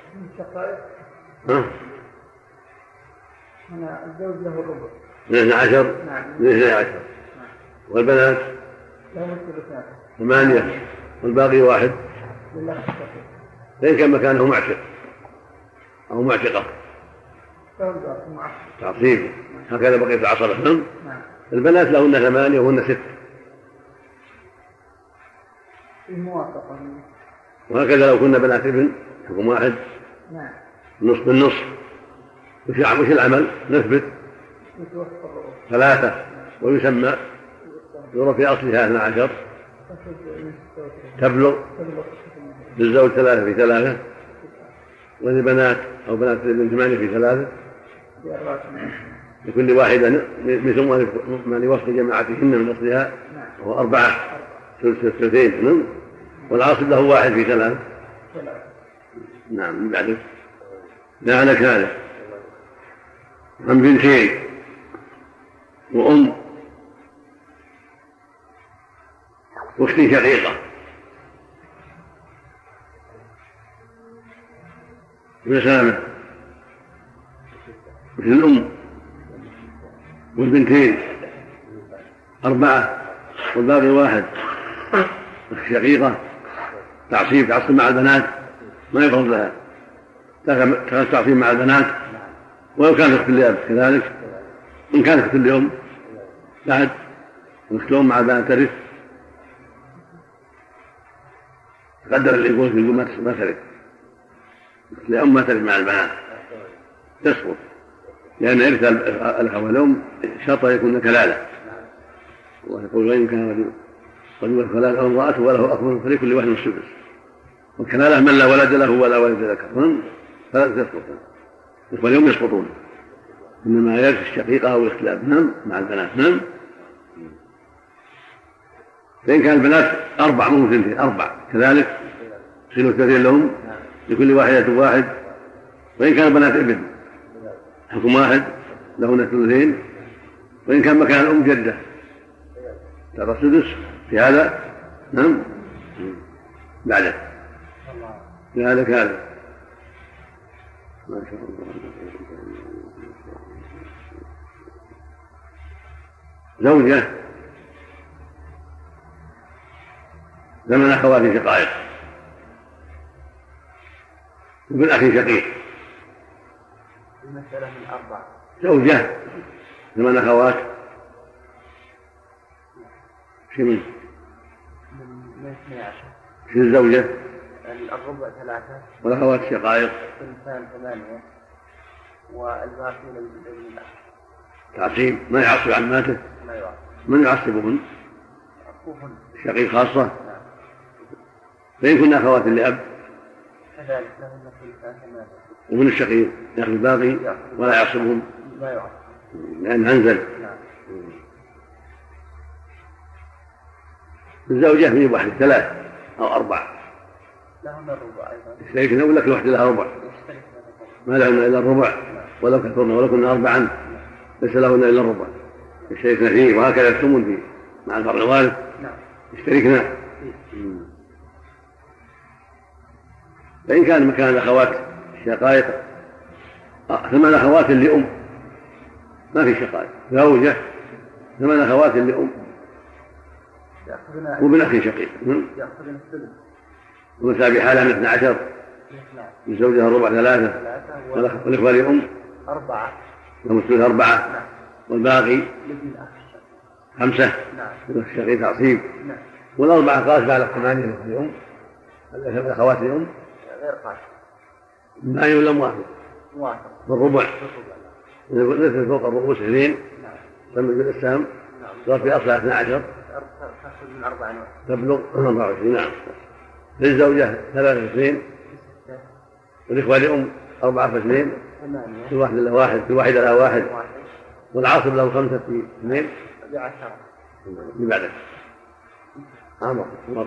ها؟ هنا الزوج له الربع. 12. نعم. 12. والبنات لهم الثلثان. 8 والباقي 1. لله. فإن كان مكانه معتق أو معتقة تعصيب هكذا بقيت العصبة. نعم. البنات لهن 8 وهن 6. الموافقة. وهكذا لو كنا بنات ابن حكم واحد. نعم. نصف بالنصف. وش العمل؟ نثبت 3 ويسمى يرى في أصلها 12 تبلغ للزوج 3 في 3 وللبنات أو بنات الابن 8 في 3 لكل واحدة مثل وصف جماعتهن من أصلها وهو 4 ثلثين. والعاصب له 1 في 3. نعم. بعد لا على كذلك عن بنتين وأم واخت شقيقة وسامة مثل الأم والبنتين 4 والباقي 1. اخت شقيقة تعصب مع البنات ما يفرض لها تعصيب مع البنات ولو كانت اخت لأب كذلك. إن كانت اخت لأم بعد اخت لأم مع البنات ترث. قدر اللي يقول ما ترث لأم ما ترث مع البنات تسقط لأن إرث الأخ والأم شرط يكون كلالة. الله يقول وإن كان رجل كلالة أو امرأة وله أخ فلكل واحد السدس. والكلالة من لا ولد له ولا ولد ذكر فلا تسقط. واليوم يسقطون إنما يرث الشقيقة أو الاختلاف. نعم. مع البنات. نعم. فإن كان البنات 4 مو 2 4 كذلك يصيروا 2 لهم لكل واحدة 1. وإن كان بنات ابن حكم 1 لهن 2. وإن كان مكان الأم جدة ترى السدس في هذا. نعم. بعده ذلك هذا ما شاء الله. زوجة زمن أخوات شقائق وابن أخي شقيق. المسألة من 4. زوجة زمن أخوات شو من 12. شو الزوجة الربع 3 والأخوات شقائق ثلثان 8 والباقي للابن الأخ. تعصيب ما يعصب عن ماته. ما يعصب. من يعصبهن؟ أخوهن الشقيق خاصة. فإن كنا أخوات لأب كذلك لهن ثلثان 8 ومن الشقيق يأخذ الباقي ولا يعصبهم ما يعصب لأن أنزل. الزوجة من واحد 3 أو 4 لهن الربع أيضا. يشتركن ولا كل واحدة لها ربع ما لهن إلا الربع ولو كثرنا ولو كنا 4 ليس لهن إلا الربع يشتركن فيه. وهكذا الثمن فيه مع الفرع الوارث يشتركنا. فإن كان مكان الأخوات الشقائق 8 أخوات لأم ما في شقائق زوجة 8 أخوات لأم وابن أخي شقيق يأخذون الثلث ومسابي حالها من 12 من زوجها الربع 3 والإخوة لأم 4 لهم الثلث 4 والباقي لابن الأخ 5 الشقيق تعصيب. وال4 قاسمة على 8 لأم الأخوات لأم غير قاسم ما ولا موافق بالربع مثل فوق الرؤوس 2 تم بالإسلام صار في أصلها 12 تأخذ من 24 تبلغ 24. نعم. للزوجة 3 في 2 والإخوة لأم 4 في 2 كل واحد له 1 كل واحدة لها 1 والعاصب له 5 في 2 اللي بعدك عمر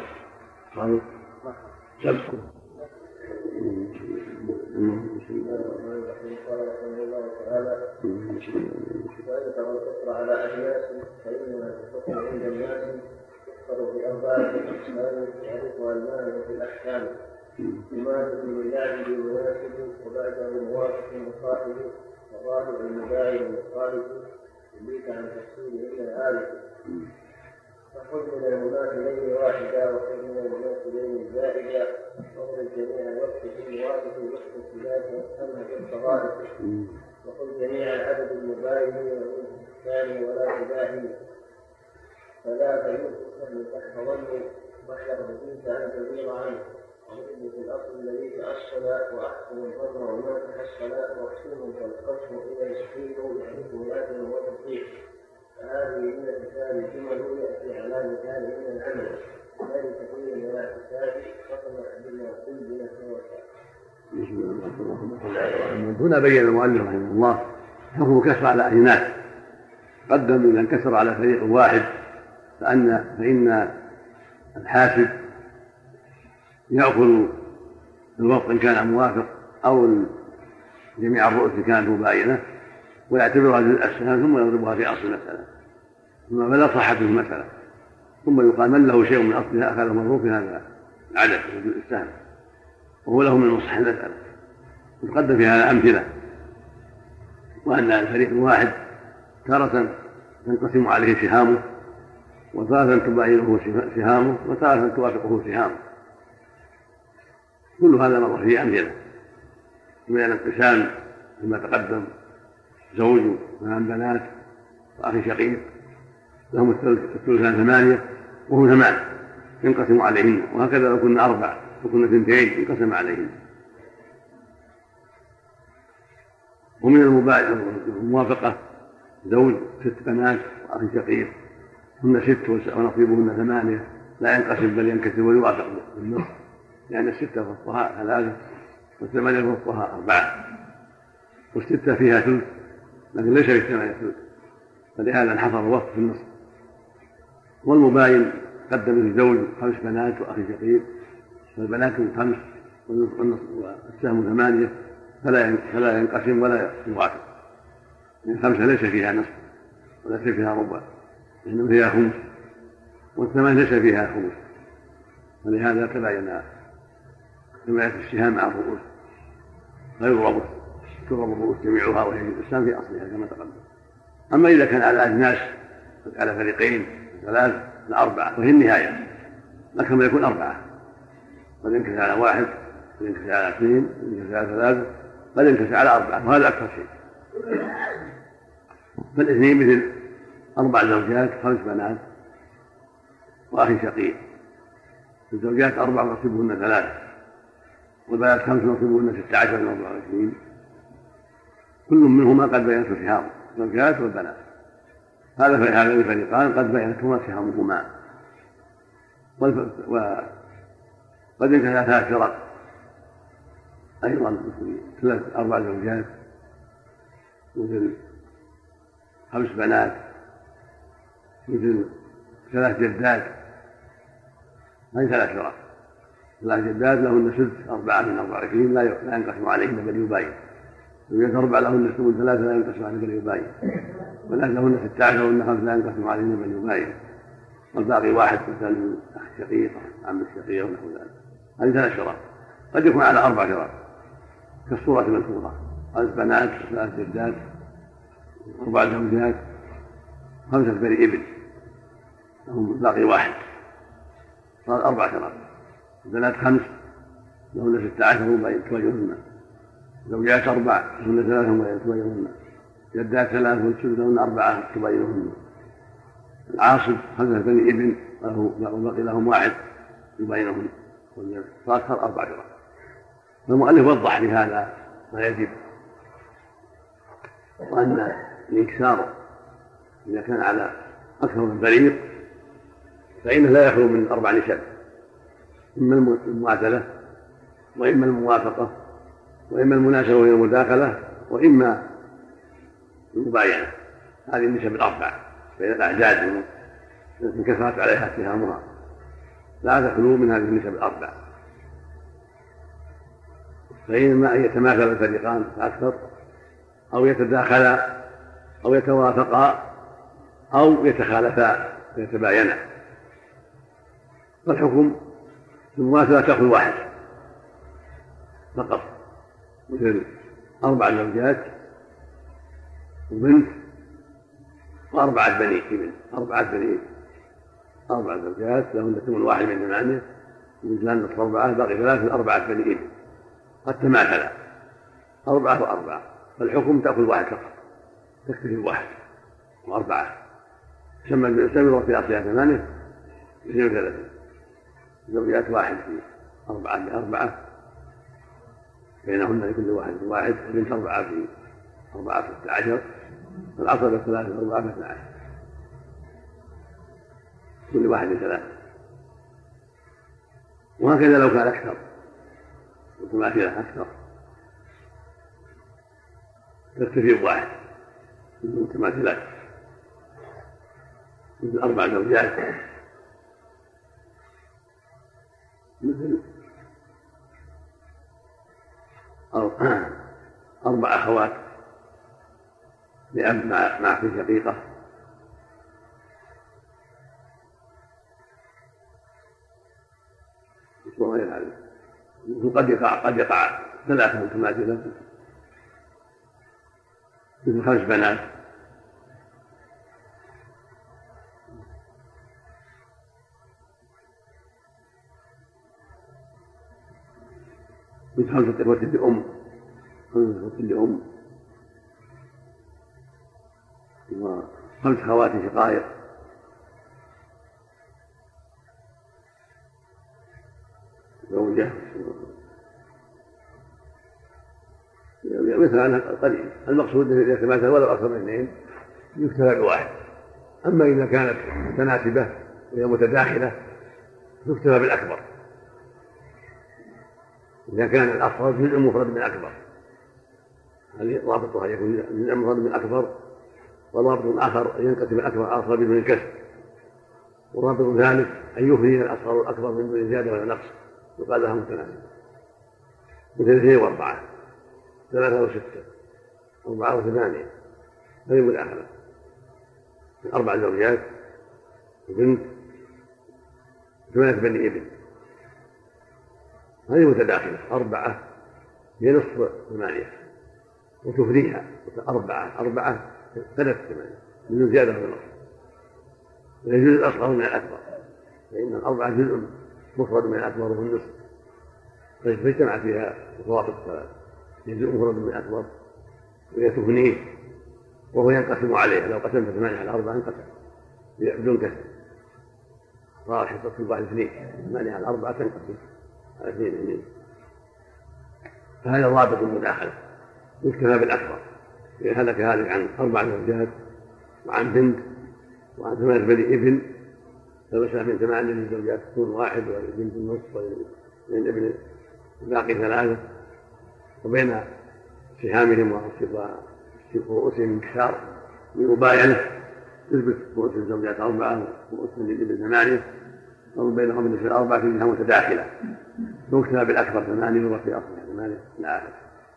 سبق. قال رحمه الله تعالى وإن ترى الكفر على أجناس فإنها تكون عند الناس تكفر بأربعة أقسام يعرفها المال في الأحكام. المال لله بمناسب وبعده موافق لصاحبه وظاهر المباين للخارج يليك عن تفسير إلى الآلة. فخذ من المماثلين واحدا وخذ من المماثلين زائدا وخذ جميع الوقت في الموافق وقت الخلاف وافهمها بالصغائر وخذ جميع العدد المباين والثاني ولا تباهي فلا فيؤخذ تحت ظني واحذر بديت أن تزيغ عنه ومثل في الأصل الذي تأصل وأحسن الظن وما تحصل وحسن فالقسم إذا يشفيه يحدث لازم وتصديق. فهذه من الكتاب الجمل يأتي على مثال من العمل ذلك تكون من الاعتساب فطمع بما قلبنا توسع. بسم الله الرحمن الرحيم. هنا بين المؤلف رحمه الله حكم كسر على أجناس. قدم إذا انكسر على فريق واحد فإن الحاسب يأخذ الوقت إن كان موافق أو جميع الرؤوس إن كانت مباينة ويعتبرها جزء السهم ثم يضربها في أصل المسألة ثم بلا صحة في المسألة ثم يقال من له شيء من أصلها أخذ مضروب في هذا العدد جزء السهم وهو له من مصح المسألة. وتقدم في هذا أمثلة وأن الفريق الواحد تارة تنقسم عليه سهامه وتارة تباينه سهامه وتارة توافقه سهامه. كل هذا مر فيه أمثلة من الانقسام كما تقدم زوج مع بنات وأخي شقيق لهم الثلثان 8 وهم 8 ينقسم عليهن وهكذا لو كنا 4 وكنا 2 ينقسم عليهن. ومن الموافقة زوج 6 بنات وأخي شقيق هن 6 ونصيبهن 8 لا ينقسم بل ينكسر ويوافق بالنصف لأن 6 فصها 3 و8 فصها 4 و6 فيها ثلث لكن ليس في 8 ثلث فلهذا انحصر الوقت في النصف. والمباين قدم الزوج 5 بنات وأخي شقيق والبنات 5 والسهم 8 فلا ينقسم ولا يوافق يعني 5 ليس فيها نصف وليس فيها ربع إنما فيها خمس وال8 ليس فيها خمس ولهذا تباين السهام مع الرؤوس غير تضرب الرؤوس جميعها وهي السهم في أصلها كما تقدم. أما إذا كان على أجناس على فريقين 3 4 وهي النهاية لكن يكون 4 قد ينكسر على 1 قد ينكسر على 2 قد ينكسر على 3 قد ينكسر على 4 وهذا أكثر شيء. فالاثنين مثل 4 زوجات 5 بنات وأخي شقيق. الزوجات 4 نصيبهن 3 والبنات 5 نصيبهن 16 و 24 كل منهما قد بينت سهام الزوجات والبنات. هذا في هذين الفريقان قد بينتهما سهامهما. وقد ينكسر 3 فرق أيضا مثل 4 زوجات مثل 5 بنات مثل 3 جدات. هذه 3 فرق 3 جدات لهن سدس 4 من 24 لا ينقسم عليهن بل يباين. زوجات 4 لهن ثمن 3 لا ينقسم عليهن بل يباين. بنات لهن 16 وهن 5 لا ينقسم عليهن بل يباين. والباقي 1 مثل أخ شقيق عم الشقيق ونحو ذلك. هذه 3 فرق قد يكون على 4 فرق كالصورة المذكورة 5 بنات 3 جدات 4 زوجات 5 بني ابن لهم باقي 1 صار 4 فرق. البنات 5 لهن 16 وتباينهن. زوجات 4 لهن 3 وتباينهن. جدات 3 لهن 4 تباينهن. العاصب 5 بني ابن وبقي لهم 1 يباينهن. صار 4 فرق. فالمؤلف وضح بهذا ما يجب وأن الإنكسار إذا كان على أكثر من فريق فإنه لا يخلو من 4 نسب إما المعادلة وإما الموافقة وإما المناسبة وهي المداخلة وإما المباينة. هذه النسب 4 بين الأعداد التي انكسرت عليها سهامها لا تخلو من هذه النسب 4. فإنما أن يتماثل الفريقان فأكثر أو يتداخلا أو يتوافقا أو يتخالفا ويتباينا. فالحكم في المماثلة تأخذ واحد فقط، مثل 4 زوجات وبنت و4 بني ابن، 4 زوجات لهن ثمن واحد من 8 ومثلان نصف 4، باقي 3 4 بني ابن قد تماثلا 4 و4، فالحكم تأخذ واحد فقط، تكتفي بواحد و4. يستمر في أصلها 8 32 زوجات واحد في 4 ب4 بينهن لكل واحد واحد، بنت 4 في 4 16، العصبة 3 4 12، كل واحد 3. وهكذا لو كان أكثر وتماثله أكثر تكتفي بواحد من المتماثلات، مثل 4 زوجات، مثل 4 أخوات لأب مع أخت شقيقة، وغير هذا. قد يقع 3 متماثلة، مثل 5 بنات، مثل 5 إخوة لأم، 5 إخوة لأم، و5 خوات شقائق، زوجة، مثل عنها قليل. المقصود إذا تماثل ولو أكثر من 2 يكتفى بواحد. أما إذا كانت متناسبة وهي متداخلة يكتفى بالأكبر، إذا كان الأصغر جزء مفرد من الأكبر، هذه رابطها يكون جزء مفرد من الأكبر، ورابط آخر ينقسم الأكبر الأصغر بدون كسر، ورابط ثالث أن يفني الأصغر الأكبر من دون زيادة ولا نقص، يقال لها متناسبة، مثل 2 و4، 3 و6، 4 و8، هذه مداخلة. 4 زوجات وبنت 8 بني ابن، هذه متداخلة. 4 هي نصف 8 وتفريها 4 3 8 بدون زيادة ولا نقص، الجزء الأصغر من الأكبر، فإن 4 جزء مفرد من الأكبر وهو النصف، فاجتمع فيها متوافق 3، جزء مفرد من الأكبر وهي تفنيه وهو ينقسم عليه. لو قسمت 8 على 4 انقسم بدون كسر، صار حصة كل واحد 2، 8 على 4 تنقسم على 2. فهذا ضابط المداخلة، يكتفى بالأكبر. إذا هلك هالك عن 4 زوجات وعن بنت وعن 8 بني ابن، فمسح من 8 للزوجات تكون 1 والبنت النصف والابن الباقي 3، وبين سهامهم ورؤوسهم انكسار بمباينة تثبت رؤوس الزوجات 4 ورؤوس الابن 8، ومن بينهم النسبة 4 كلها متداخلة، يكتفى بالأكبر 8 وفي أصلها 8 إلى آخره.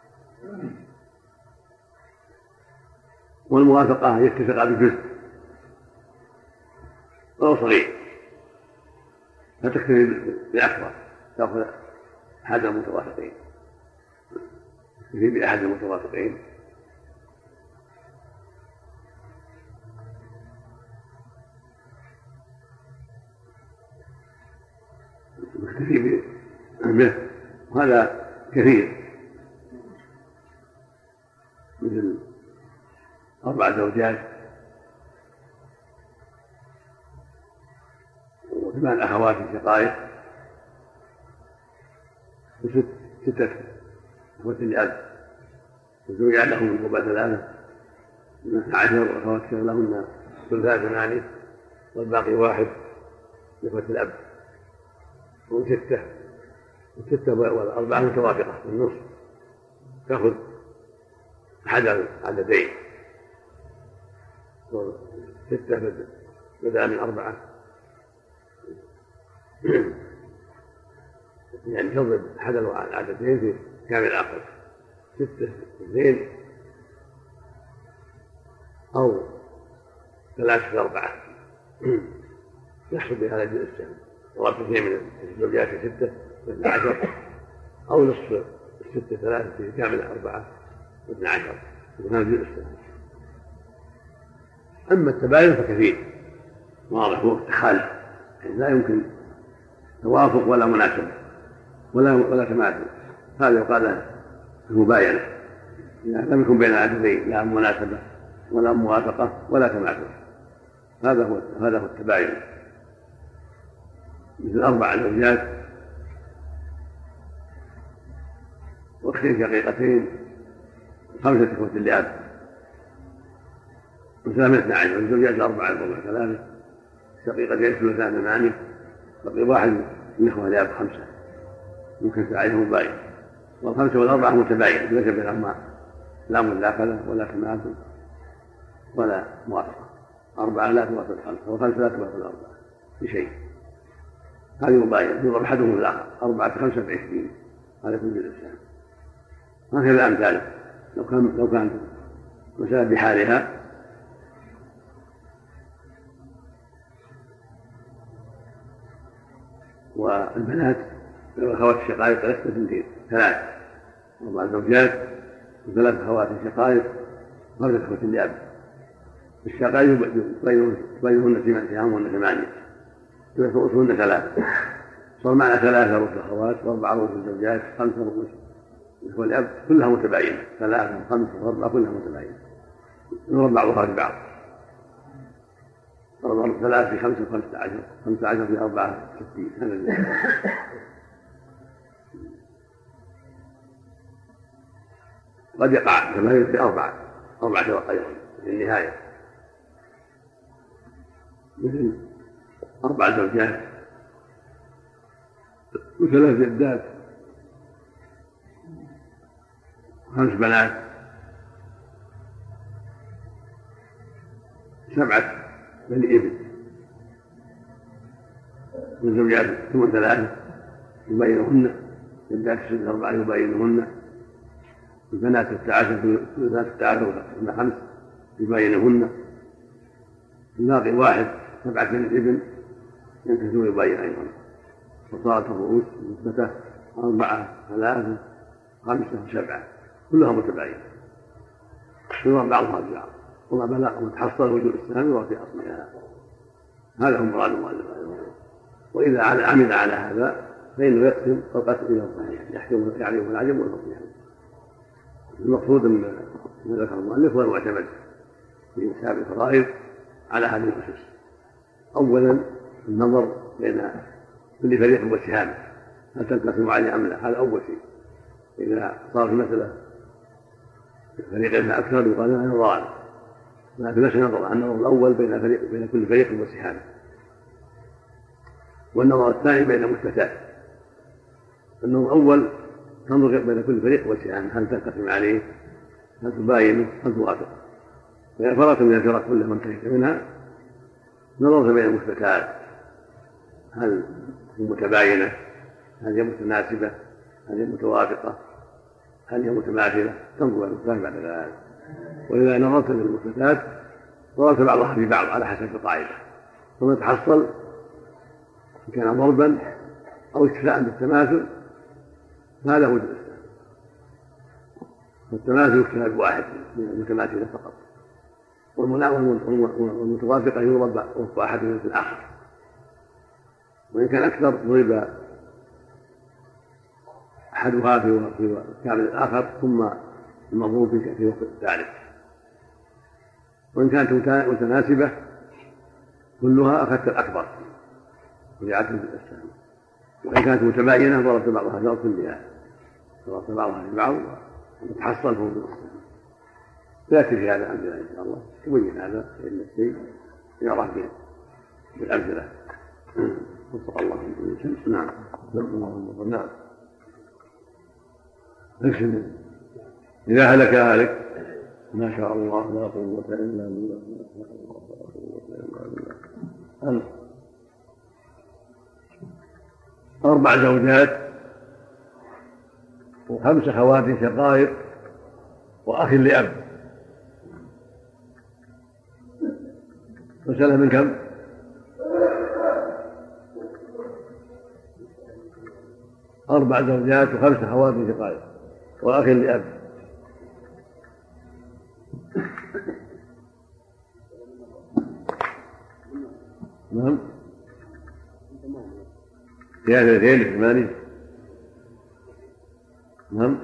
والموافقة يتفق بجزء ولو صغير، فتكتفي بالأكبر، تأخذ أحد المتوافقين، تكتفي بأحد المتوافقين، تكتفي به، وهذا كثير، مثل 4 زوجات و8 أخوات شقائق و6 أخوة لأب، وزوجات لهم الربع 3، 12 وأخوات لهن ثلثا 8، والباقي 1 لإخوة الأب، و6 و4 متوافقة في النصف، تأخذ أحد العددين، 6 بدأ من 4 يعني تضرب أحد العددين في كامل العقل، 6 2 أو 3 في 4 يحصل بهذا جزء السهم، ضربت 2 من الزوجات في 6 مثل 10، أو نصف 6 3 في كامل 4 مثل 10 يكون هذا جزء السهم. أما التباين فكثير واضح، هو التخالف، يعني لا يمكن توافق ولا مناسبة ولا تماثل، هذا يقال له المباينة إذا لم يكن بين العددين لا مناسبة ولا موافقة ولا تماثل، هذا هو التباين. مثل 4 زوجات واختين شقيقتين 5 إخوة لأب مثلا من 12، والزوجات 4 الربع 3، شقيقتين 2 8، بقي واحد من إخوة لأب 5 ممكن تعينهم باين، وال5 وال4 متباين ليس بينهما لا مداخلة ولا تماثل ولا موافقة. 4 لا توافق 5 و5 لا توافق 4 بشيء، هذه مباين يضرب أحدهم الآخر 4 في 5 في 20، هذا يكون جزء السهم. هكذا أمثاله لو كانت مسألة بحالها. والبنات الأخوات الشقائق 3 4 زوجات و3 أخوات شقائق 5 إخوة لأب. الشقائق بينهن سهامهن 8 رؤوسهن 3، صار معنا 3 رؤوس الأخوات و4 رؤوس الزوجات 5 رؤوس إخوة لأب كلها متباينة، 3 و5 و4 كلها متباينة يضرب بعضها في بعض، ضرب 3 في 5 15، 15 في 4 60، هذا قد يقع تباين في 4 شقق أيضا في النهاية، مثل 4 زوجات و3 جدات 5 بنات 7 بني ابن، من زوجات 3 يباينهن، جدات 4 يباينهن، البنات 16 و5 يباينهن، الباقي 1 7 بني ابن ينتهي يباين أيضا، وصارت الرؤوس مثبتة 4 3 5 و7 كلها متباينة يضرب بعضها ببعض، وما بلغ متحصل وجوه السهم يضرب في أصلها، هذا هو مراد المؤلف. وإذا عمد على هذا فإنه يقسم القتل إلى الصحيح يعرف العجب والفصيح. المقصود من ذكر المؤلف هو المعتمد في حساب الفرائض على هذه الأسس. أولا النظر بين كل فريق وسهامه هل تنقسم عليه أم لا، هذا أول شيء. إذا صار في مسألة فريقين أكثر يقال لنا نظران، لكن ليس نظر، النظر الأول بين كل فريق وسهامه، والنظر الثاني بين المثبتات. النظر الأول تنظر بين كل فريق وسهامه هل تنقسم عليه، هل تباينه، هل توافقه. فإذا فرقت من الفرق كلها وانتهيت منها نظرت بين المثبتات هل هي متباينة، هل هي متناسبة، هل هي متوافقة، هل هي متماثلة، تنظر المثبتات بعد ذلك. وإذا نظرت للمثبتات نظرت بعضها في بعض على حسب القاعدة، ثم تحصل إن كان ضربا أو اكتفاء بالتماثل هذا هو الإسلام. والتماثل يكتفى بواحد من المتماثلة فقط، والمتوافقة يضرب وفق أحد مثل الآخر، وإن كان أكثر ضرب أحدها في كامل الآخر ثم المضروب في وقت الثالث. وإن كانت متناسبة كلها أخذت الأكبر ورجعت السهم، وإن كانت متباينة ضربت بعضها في كلها، ضربت بعضها في بعض وتحصل فوق السهم. سيأتي في هذا الأمثلة إن شاء الله تبين هذا فإن الشيء يعرف بالأمثلة. وفق الله نعم. نعم. اكشف إذا هلك هالك ما شاء الله لا قوة إلا بالله. 4 زوجات و5 خوات شقائق وأخ لأب مسألة من كم؟ 4 زوجات و5 أخوات شقائق وأخ لأب. نعم فيها 2 8. نعم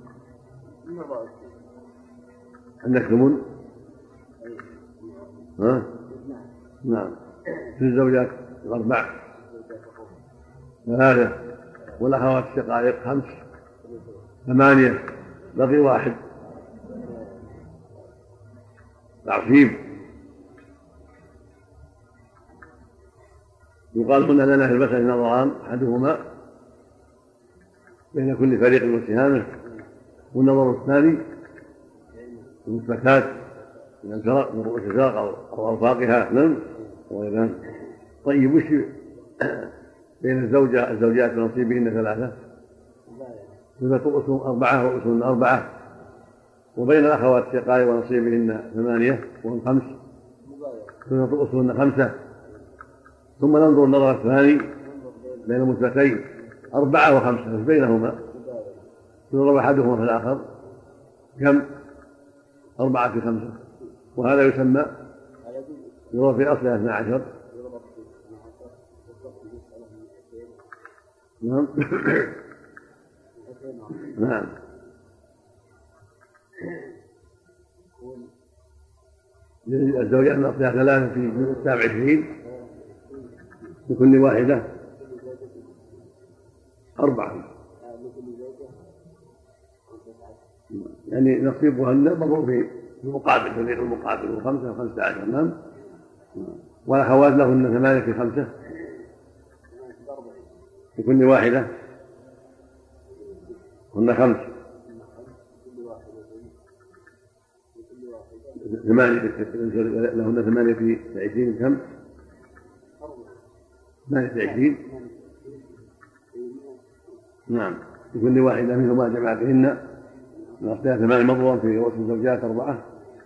عندك ثمن. ها؟ نعم في الزوجات 4 3 والأخوات الشقائق 5 8 بقي 1 تعصيب. يقال هنا لنا في المسألة نظران أحدهما بين كل فريق وسهامه، والنظر الثاني المثبتات من الفرق من رؤوس الفرق أو أوفاقها. نعم وإذا طيب وش بين الزوجات ونصيبهن 3 رؤوسهم 4 ورؤوسهن 4 وبين الأخوات الشقائق ونصيبهن 8 وهم 5 رؤوسهن 5 ثم ننظر النظر الثاني بين المثبتين 4 و5 مش بينهما يضرب أحدهما في الآخر كم؟ 4 في 5 وهذا يسمى يضرب في أصلها 12. نعم نعم الزوجات من أصلها 3 في 27 لكل واحدة 4 يعني نصيبهن مضروب في المقابل فريق المقابل 5 و15. نعم والأخوات لهن 8 في 5 لكل واحدة هن 5 لهن 8 في 20 كم؟ 8 في 20. نعم لكل واحدة منهما جماعتهن من أصلها 8 مضروبا في رؤوس الزوجات 4.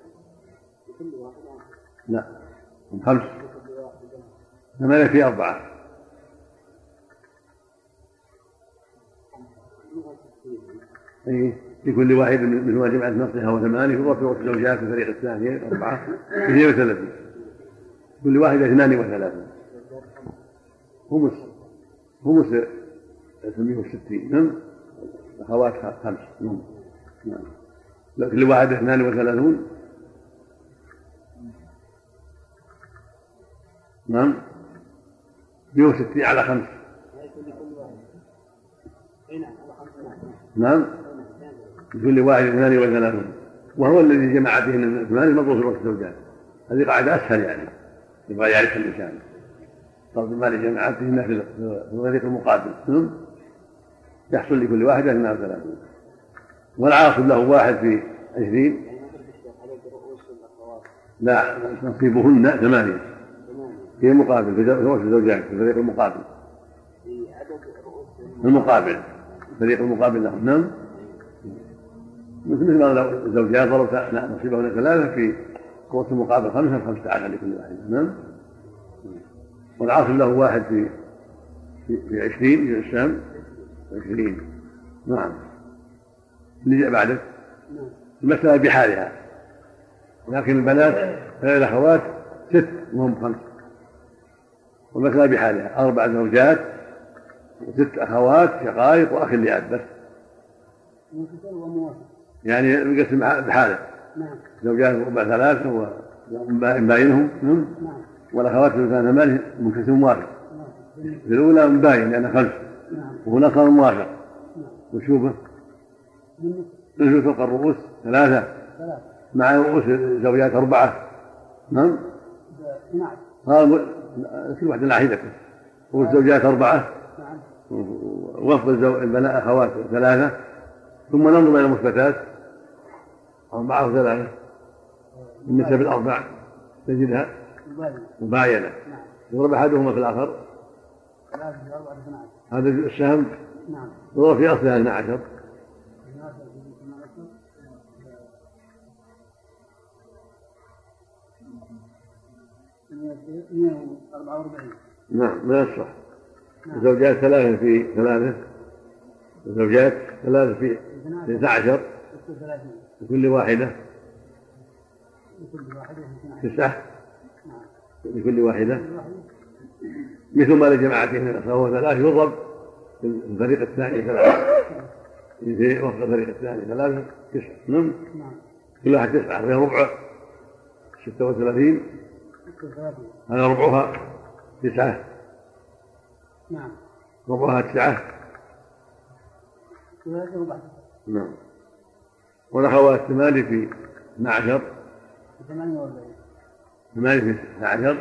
لا هم 5 8 في 4 أي لكل واحد منهما جمعت نصفها و8 يضرب في رؤوس الزوجات في الفريق الثاني 4 في 32 كل واحدة 32 خمس 160. نعم أخوات 5. نعم كل واحدة 32. نعم 160 على 5. نعم لكل واحد 32 وهو الذي جمع بهن 8 مضروب في رؤوس الزوجات. هذه قاعدة أسهل يعني يبغى يعرف الإنسان طلب المال جماعتهن في الفريق المقابل يحصل لكل واحدة 32 والعاصب له 1 في 20. لا نصيبهن 8 في المقابل في رؤوس الزوجات في الفريق المقابل الفريق المقابل لهم. نعم مثل ما الزوجات ضربت نصيبهن 3 في رؤوس المقابل 5 في 15 لكل واحدة. نعم والعاصب له 1 في 20 في الشام 20. نعم اللي جاء بعدك المسألة بحالها لكن البنات الأخوات 6 وهم 5 والمسألة بحالها 4 زوجات و6 أخوات شقائق وأخ لأب بس يعني يقسم بحاله. زوجات ربع 3 ومباينهم والأخوات مثلا 8 منقسم موافق في الأولى مباين لأنها 5 وهنا صار موافق وشوفه نزل فوق الرؤوس 3 مع رؤوس الزوجات 4. نعم كل واحدة ناحيته رؤوس الزوجات 4 وفق البنات أخوات 3 ثم ننظر إلى المثبتات 4 و3 بالنسبة ل4 تجدها مباينة يضرب أحدهما في الآخر هذا السهم يضرب في أصلها 12 160 144. نعم ما يصح. الزوجات ثلاثة في ثلاثة، الزوجات ثلاثة في 12 في كل واحدة 9 لكل واحدة، مثل ما لجماعتهم فهو 3 يضرب في الفريق الثاني 3 في وفق الفريق الثاني 3 9 نعم كل واحد 9 فيها ربع 36 هذا ربعها 9 نعم ربعها 9 نعم والأخوات 8 في 12 8 في 12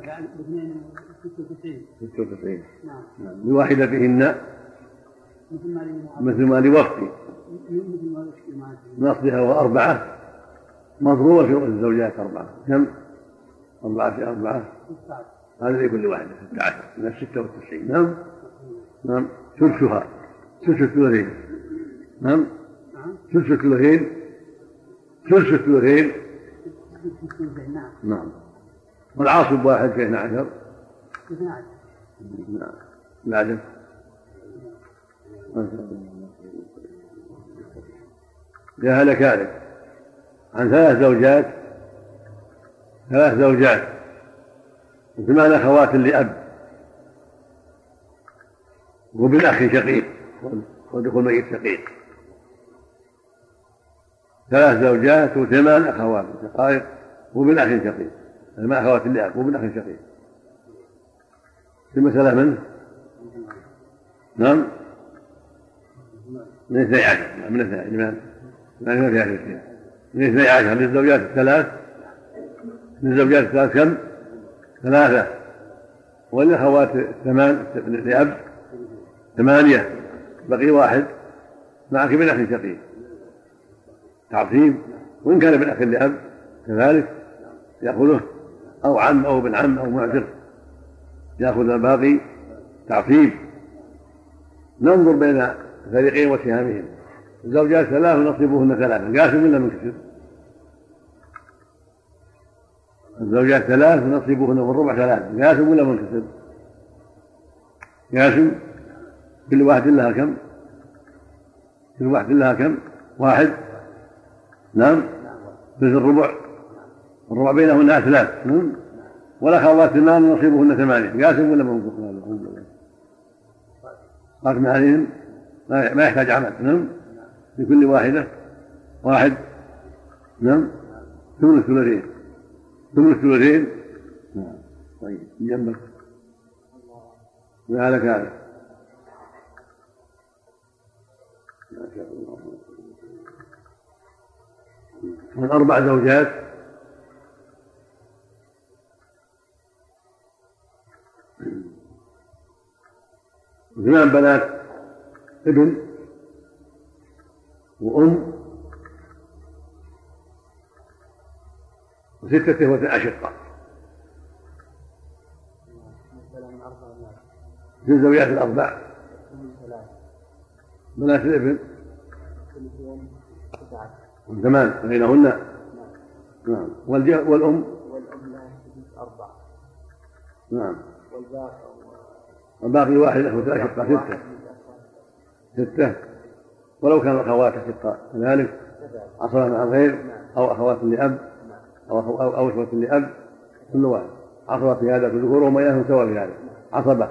96 نعم بواحدة فيهن مثل ما لوقت نصلها وأربعة مضروبة في الزوجات 4 كم؟ 4 في 4 هذا لكل واحدة 16 من 96 نعم نعم ثلثها ثلث الثلثين نعم ثلث الثلثين ثلث الثلثين نعم والعاصب واحد في 12 نعم العدد يا هلك هلك عن 3 زوجات 3 زوجات وثمان أخوات لأب وابن أخ شقيق ودخول ميت شقيق 3 زوجات و8 أخوات شقائق وابن أخ شقيق 8 أخوات لأب وابن أخ شقيق في المسألة منه نعم من 12 من 12 للزوجات الثلاث من الزوجات الثلاث كم؟ 3 والأخوات 8 لأب 8 بقي 1 معك ابن أخ شقيق تعصيب وإن كان ابن أخ لأب كذلك يأخذه أو عم أو ابن عم أو معتق يأخذ الباقي تعصيب. ننظر بين الفريقين وسهامهم. الزوجات 3 نصيبهن 3 قاسم ولا منكسر؟ الزوجات 3 نصيبهن والربع 3 قاسم ولا منكسر؟ قاسم. كل واحد لها كم؟ كل واحد لها كم؟ 1 نعم مثل الربع بينهن 3 نعم والأخوات 8 نصيبهن 8 قاسم ولا منكسر؟ قاسم عليهم ما يحتاج عمل نعم لكل واحدة 1 نعم ثمن الثلثين نعم طيب جنبك ما لك هذا ما شاء الله من 4 زوجات و8 بنات ابن وأم و6 أشقة في الزوجات 4 بنات الابن 8 بينهن نعم والأم 4 نعم والباقي 1 أخوة أشقة 6 ولو كان الأخوات أشقاء كذلك عصبة مع الغير أو أخوات لأب أو إخوة لأب كل واحد عصبة في هذا ذكورهم وإياهم سواء في هذا عصبة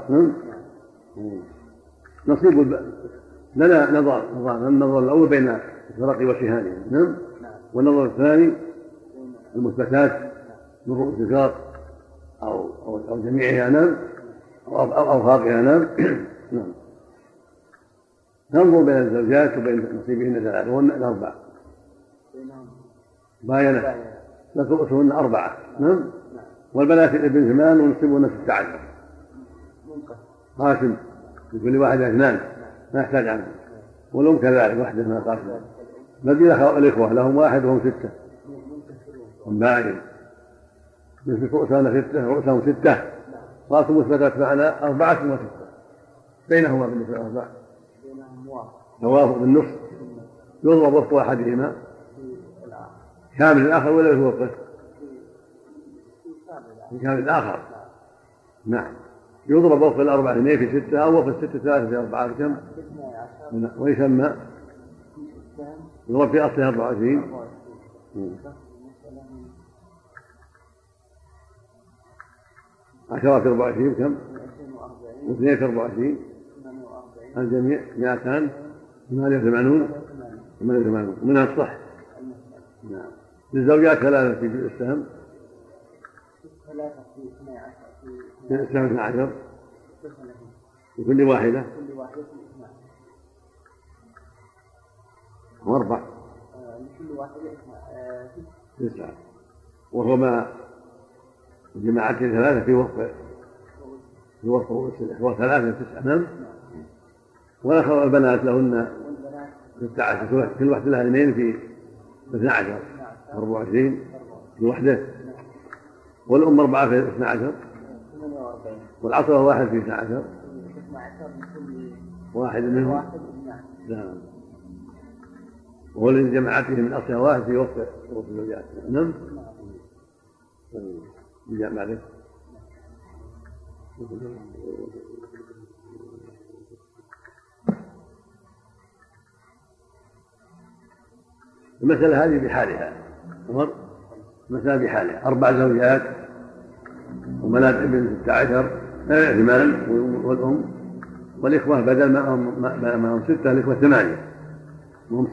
نصيب لنا النظر الأول بين الفرق وسهامهم نعم والنظر الثاني المثبتات من رؤوس الفرق أو جميعها نعم أو خاقها نعم نعم ننظر بين الزوجات وبين نصيبهن 3 وهن 4 باينة لكن رؤوسهن 4 نعم والبنات الابن 8 ونصيبهن 16 قاسم لكل واحدة 2 ما يحتاج عنه والأم كذلك وحدة ما قاسم بدي الإخوة لهم 1 وهم 6 هم باين مثل رؤوسهن 6 رؤوسهم 6 قاسم مثبتات معنا 4 ثم 6 بينهما بالنسبة ل4 توافق بالنصف يضرب وفق أحدهما كامل الآخر ولا يتوقف في كامل الآخر. نعم. يضرب وفق الأربعة 2 في 6 أو وفق 6 3 في 4 بكم؟ ويسمى يضرب في أصلها 24. 10 في 24 كم؟ و2 في 24 الجميع 288 منها الصح. نعم. للزوجات 3 في جزء السهم، 12 لكل واحدة واربع لكل واحدة 9 وهو ما جماعته 3 في وفق رؤوس الإخوة 3 9. نعم. والأخوة البنات لهن 16 كل واحدة لها 2 في 12 24 في وحدة. والأم 4 في 12 والعصبة 1 في 12 واحد منهم. نعم. وهو الذي جماعته من أصلها 1 في وفق الزوجات. نعم. جاء بعده المسألة هذه بحالها المسألة بحالها 4 زوجات وبنات ابن 16 احتمالا والأم والإخوة بدل ما هم 6 الإخوة 8 وهم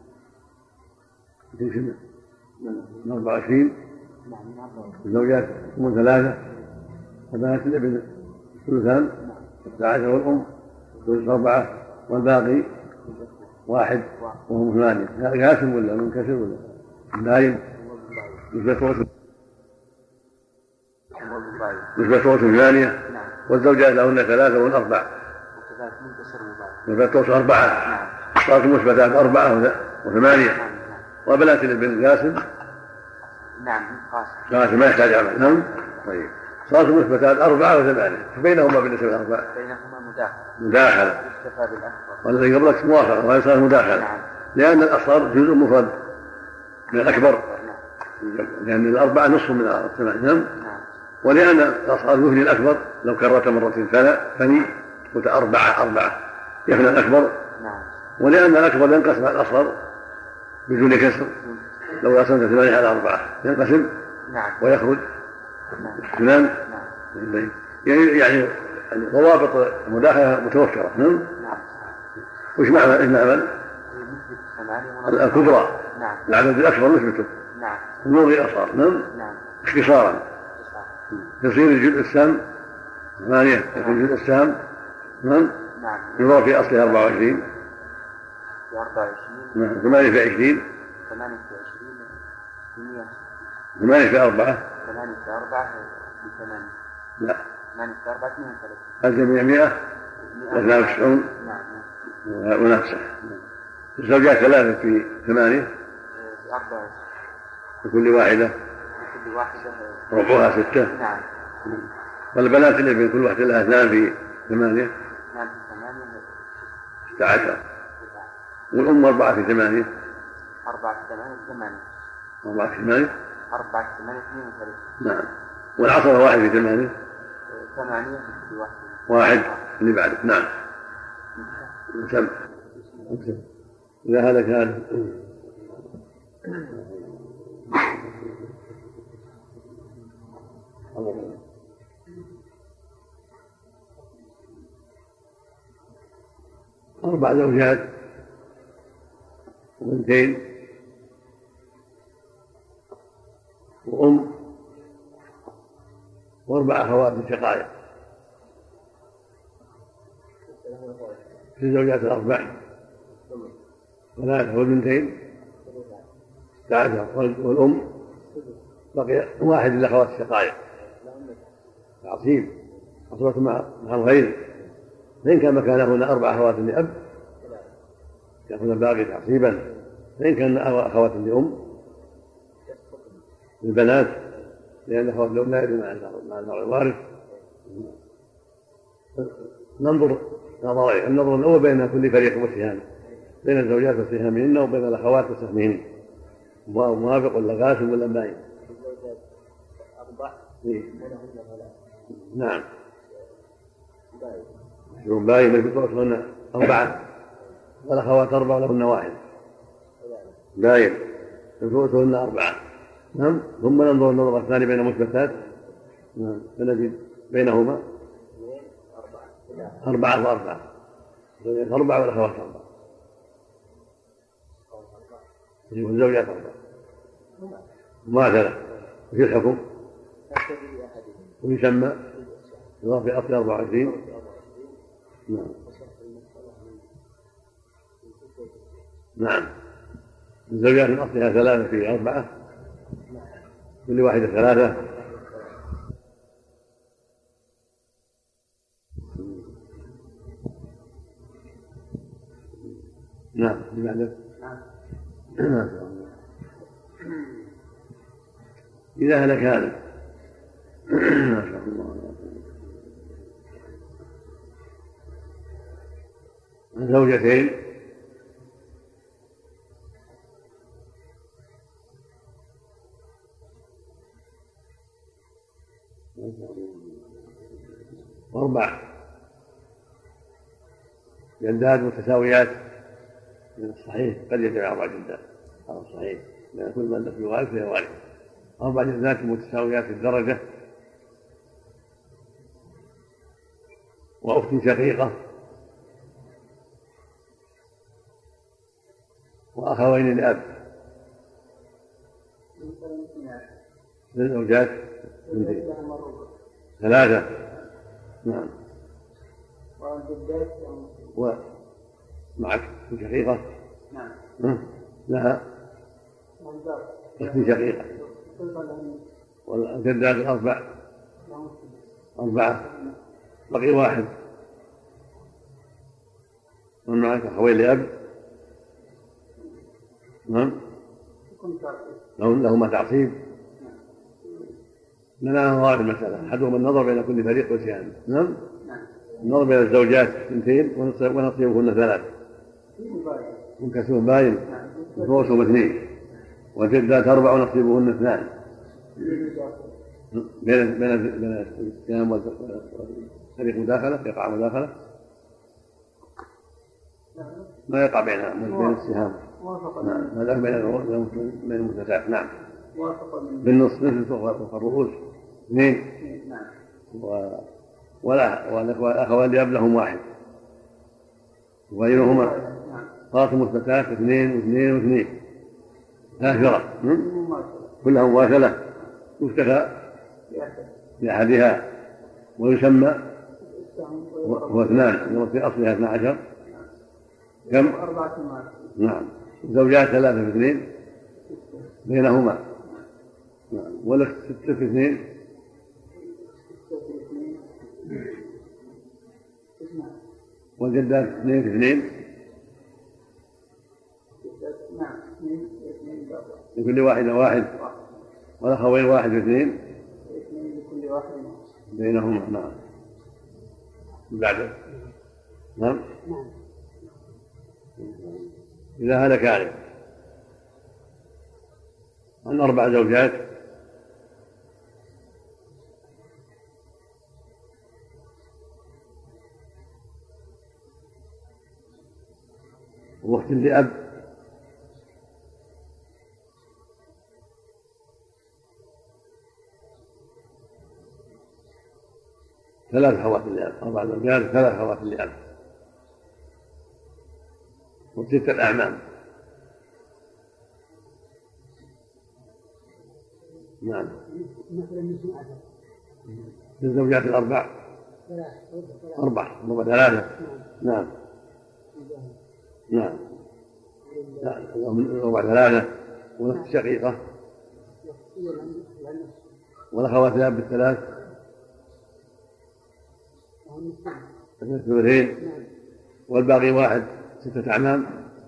6 من 24 الزوجات هم 3 وبنات الابن 3 16 والأم 4 والباقي 1 وهم 8. هذا قاسم ولا منكسر ولا دايم؟ نسبة 8 والزوجات لهن 3 والأربع نسبة 4 صارت مثبتات 4 و8 وبنات الابن قاسم. نعم قاسم ما يحتاج عمل. نعم. طيب صارت مثبتات 4 و8 بينهما بالنسبة للأربع بينهما مداخلة والذي قبلك موافقة وهي صارت مداخلة لأن الأصغر جزء مفرد من الأكبر لأن الأربعة نصف من 8. ولأن الأصغر يفني الأكبر لو كررت مرة فني قلت 4 يفنى الأكبر. ولأن الأكبر ينقسم على الأصغر بدون كسر لو قسمت 8 على 4 ينقسم ويخرج 2 يعني ضوابط المداخلة متوفرة. نعم. وش معنى المعمل؟ الكبرى العدد الأكبر نثبته ونلغي الأصغر. نعم. اختصارا يصير الجزء السام 8 يكون الجزء السام. نعم. يضرب في أصله 24 8 في 20 8 في 4 لا 8 في 4 الجميع 192 ونفسه. الزوجات 3 في 8 لكل واحدة ربعها 6. والبنات الابن كل واحدة لها 2 في 8 16 والأم 4 في 8 4 في 8 4 في 8 32. نعم. والعصبة 1 في 8 1 اللي بعده. نعم. سم إذا هذا كان أربع زوجات وبنتين وأم وأربع أخوات شقائق في زوجات الأربع 3 والبنتين 16 والأم بقي 1 للأخوات الشقائق تعصيب عصبة مع الغير. فإن كان مكانهن 4 أخوات لأب يأخذ الباقي تعصيبا. فإن كان أخوات لأم البنات لأن أخوات الأم لا يدري مع النوع الوارث. ننظر نظرين. النظر الأول بين كل فريق وسهام بين الزوجات وسهامهن وبين الأخوات وسهمهن موافق ولا قاسم ولا باين. إيه؟ نعم يكون باين الفطرة أربعة والأخوات أربعة ولهن واحد باين الفطرة أربعة. نعم ثم ننظر النظرة الثانية بين المثبتات نعم فنجد بينهما أربعة وأربعة أربعة والأخوات أربعة والزوجات أربعة ما ثلاث. وفي الحكم ويسمى في أصل 24. نعم نعم الزوجات من أصلها ثلاثة في أربعة كل واحدة ثلاثة. نعم لماذا؟ إذا هلك هذا ما شاء الله زوجتين وأربع جدات متساويات من الصحيح قد يجمع أربع جدات على الصحيح لأن كل من في وارث فهي وارث. أربع جدات متساويات في الدرجة وأخت شقيقة وأخوين لأب للزوجات ثلاثة. نعم ومعك شقيقة لها أخت شقيقة والجدات أربعة بقي واحد ومعك أخوين لأب نعم لهما تعصيب. لنا نظار في المسألة أحدهما النظر بين كل فريق وسهام. نعم النظر بين الزوجات اثنتين ونصيبهن ثلاث منكسر باين وفوسهم اثنين والجدات أربع ونصيبهن اثنان بين السهام والفريق مداخلة يقع مداخلة ما يقع بين السهام. نعم هذا بين المتساويات. نعم بالنص مثل الرؤوس اثنين والأخوان لأب لهم واحد وغيرهما قاسم مثبتات اثنين واثنين واثنين ثلاث فرق كلها مواصلة يفتكى لأحدها ويسمى هو اثنان في أصلها 12 كم؟ نعم زوجات ثلاثة في اثنين بينهما. نعم والأخت ستة في اثنين والجدات اثنين في اثنين لكل واحدة واحد والأخوين واحد في اثنين بينهما. نعم بعد نعم إذا هلك عليه عن 4 زوجات واخت لأب ثلاث أخوات لأب 4 زوجات 3 أخوات لأب و6 أعمام. نعم الزوجات الأربع 3. نعم نعم 3 ونصف شقيقة والأخوات لأب ال3 ثلثين والباقي واحد 6 أعمام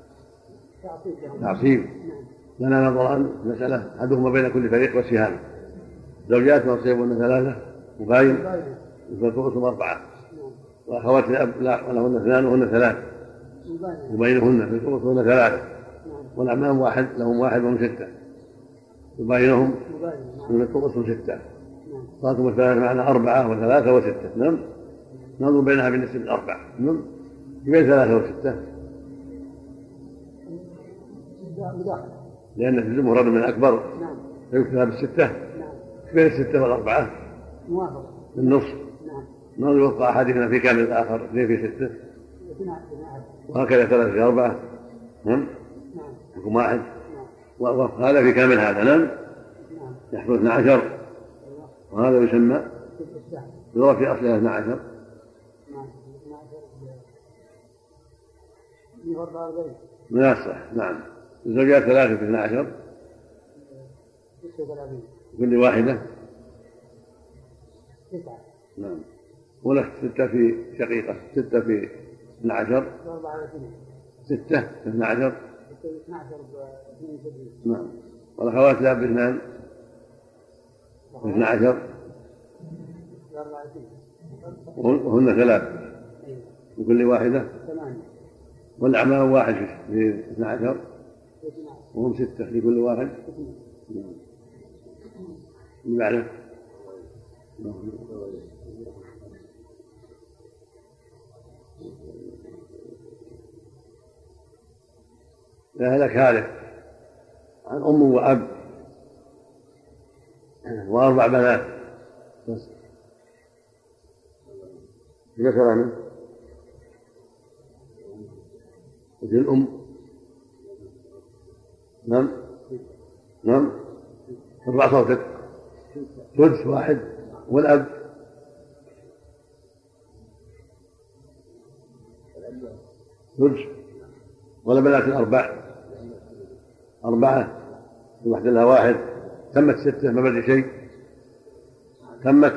تعصيب. لنا نظران مسألة أحدهما بين كل فريق والسهام زوجات نصيبهن 3 وباين فالفرق 4 وأخوات الأب لهن 2 وهن 3 وبينهن في الفرق 3 والأعمام واحد لهم 1 وهم 6 وبينهم من الفرق 6 صارتم الثلاث معنى 4 و3 و6. نعم ننظر بينها بالنسبة للأربع. نعم بين 3 و6 لأن الجزء مفرد من الأكبر فيكتبها بالستة. بين 6 والأربعة النصف. ننظر وفق أحدهما في كامل الآخر 2 في 6 وهكذا 3 في 4. نعم يكون 1 ووفق هذا في كامل هذا. نعم يحصل 12 وهذا يسمى يضرب في أصلها 12 من الصح. نعم الزوجات 3 في 12 كل واحدة 9. نعم ولك 6 في شقيقة 6 في 12 6 في 12 نعم والأخوات لا باثنان في 12 وهن 3 وكل واحدة والأعمام 1 في 12 وهم 6 لكل واحد. بعده لا لك هذا عن أم وأب و4 بنات بس ذكر منه وفي الأم. نعم نعم 4 صوتك سدس 1 والأب سدس ولا بنات 4 الواحدة لها 1 تمت 6 ما بدي شيء تمت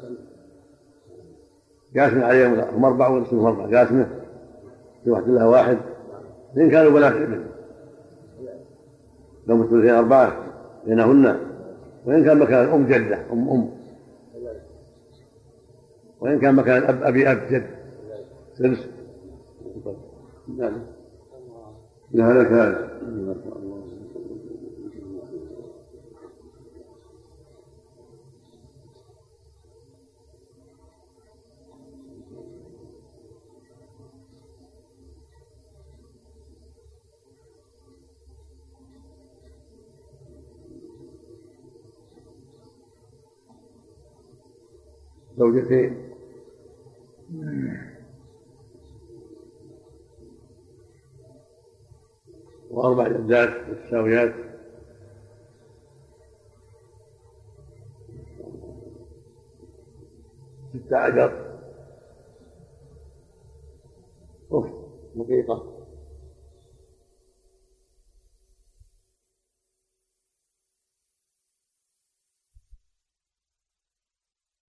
قاسمة عليهم هم 4 ونصفهم 4 قاسمة في واحدة لها 1 إن كانوا بنات ابن لو مثل 4 بينهن وإن كان مكان الأم جدة أم وإن كان مكان الأب أبي أب جد سدس. لا لك هذا زوجتين و4 جدات متساويات 16 أخت دقيقة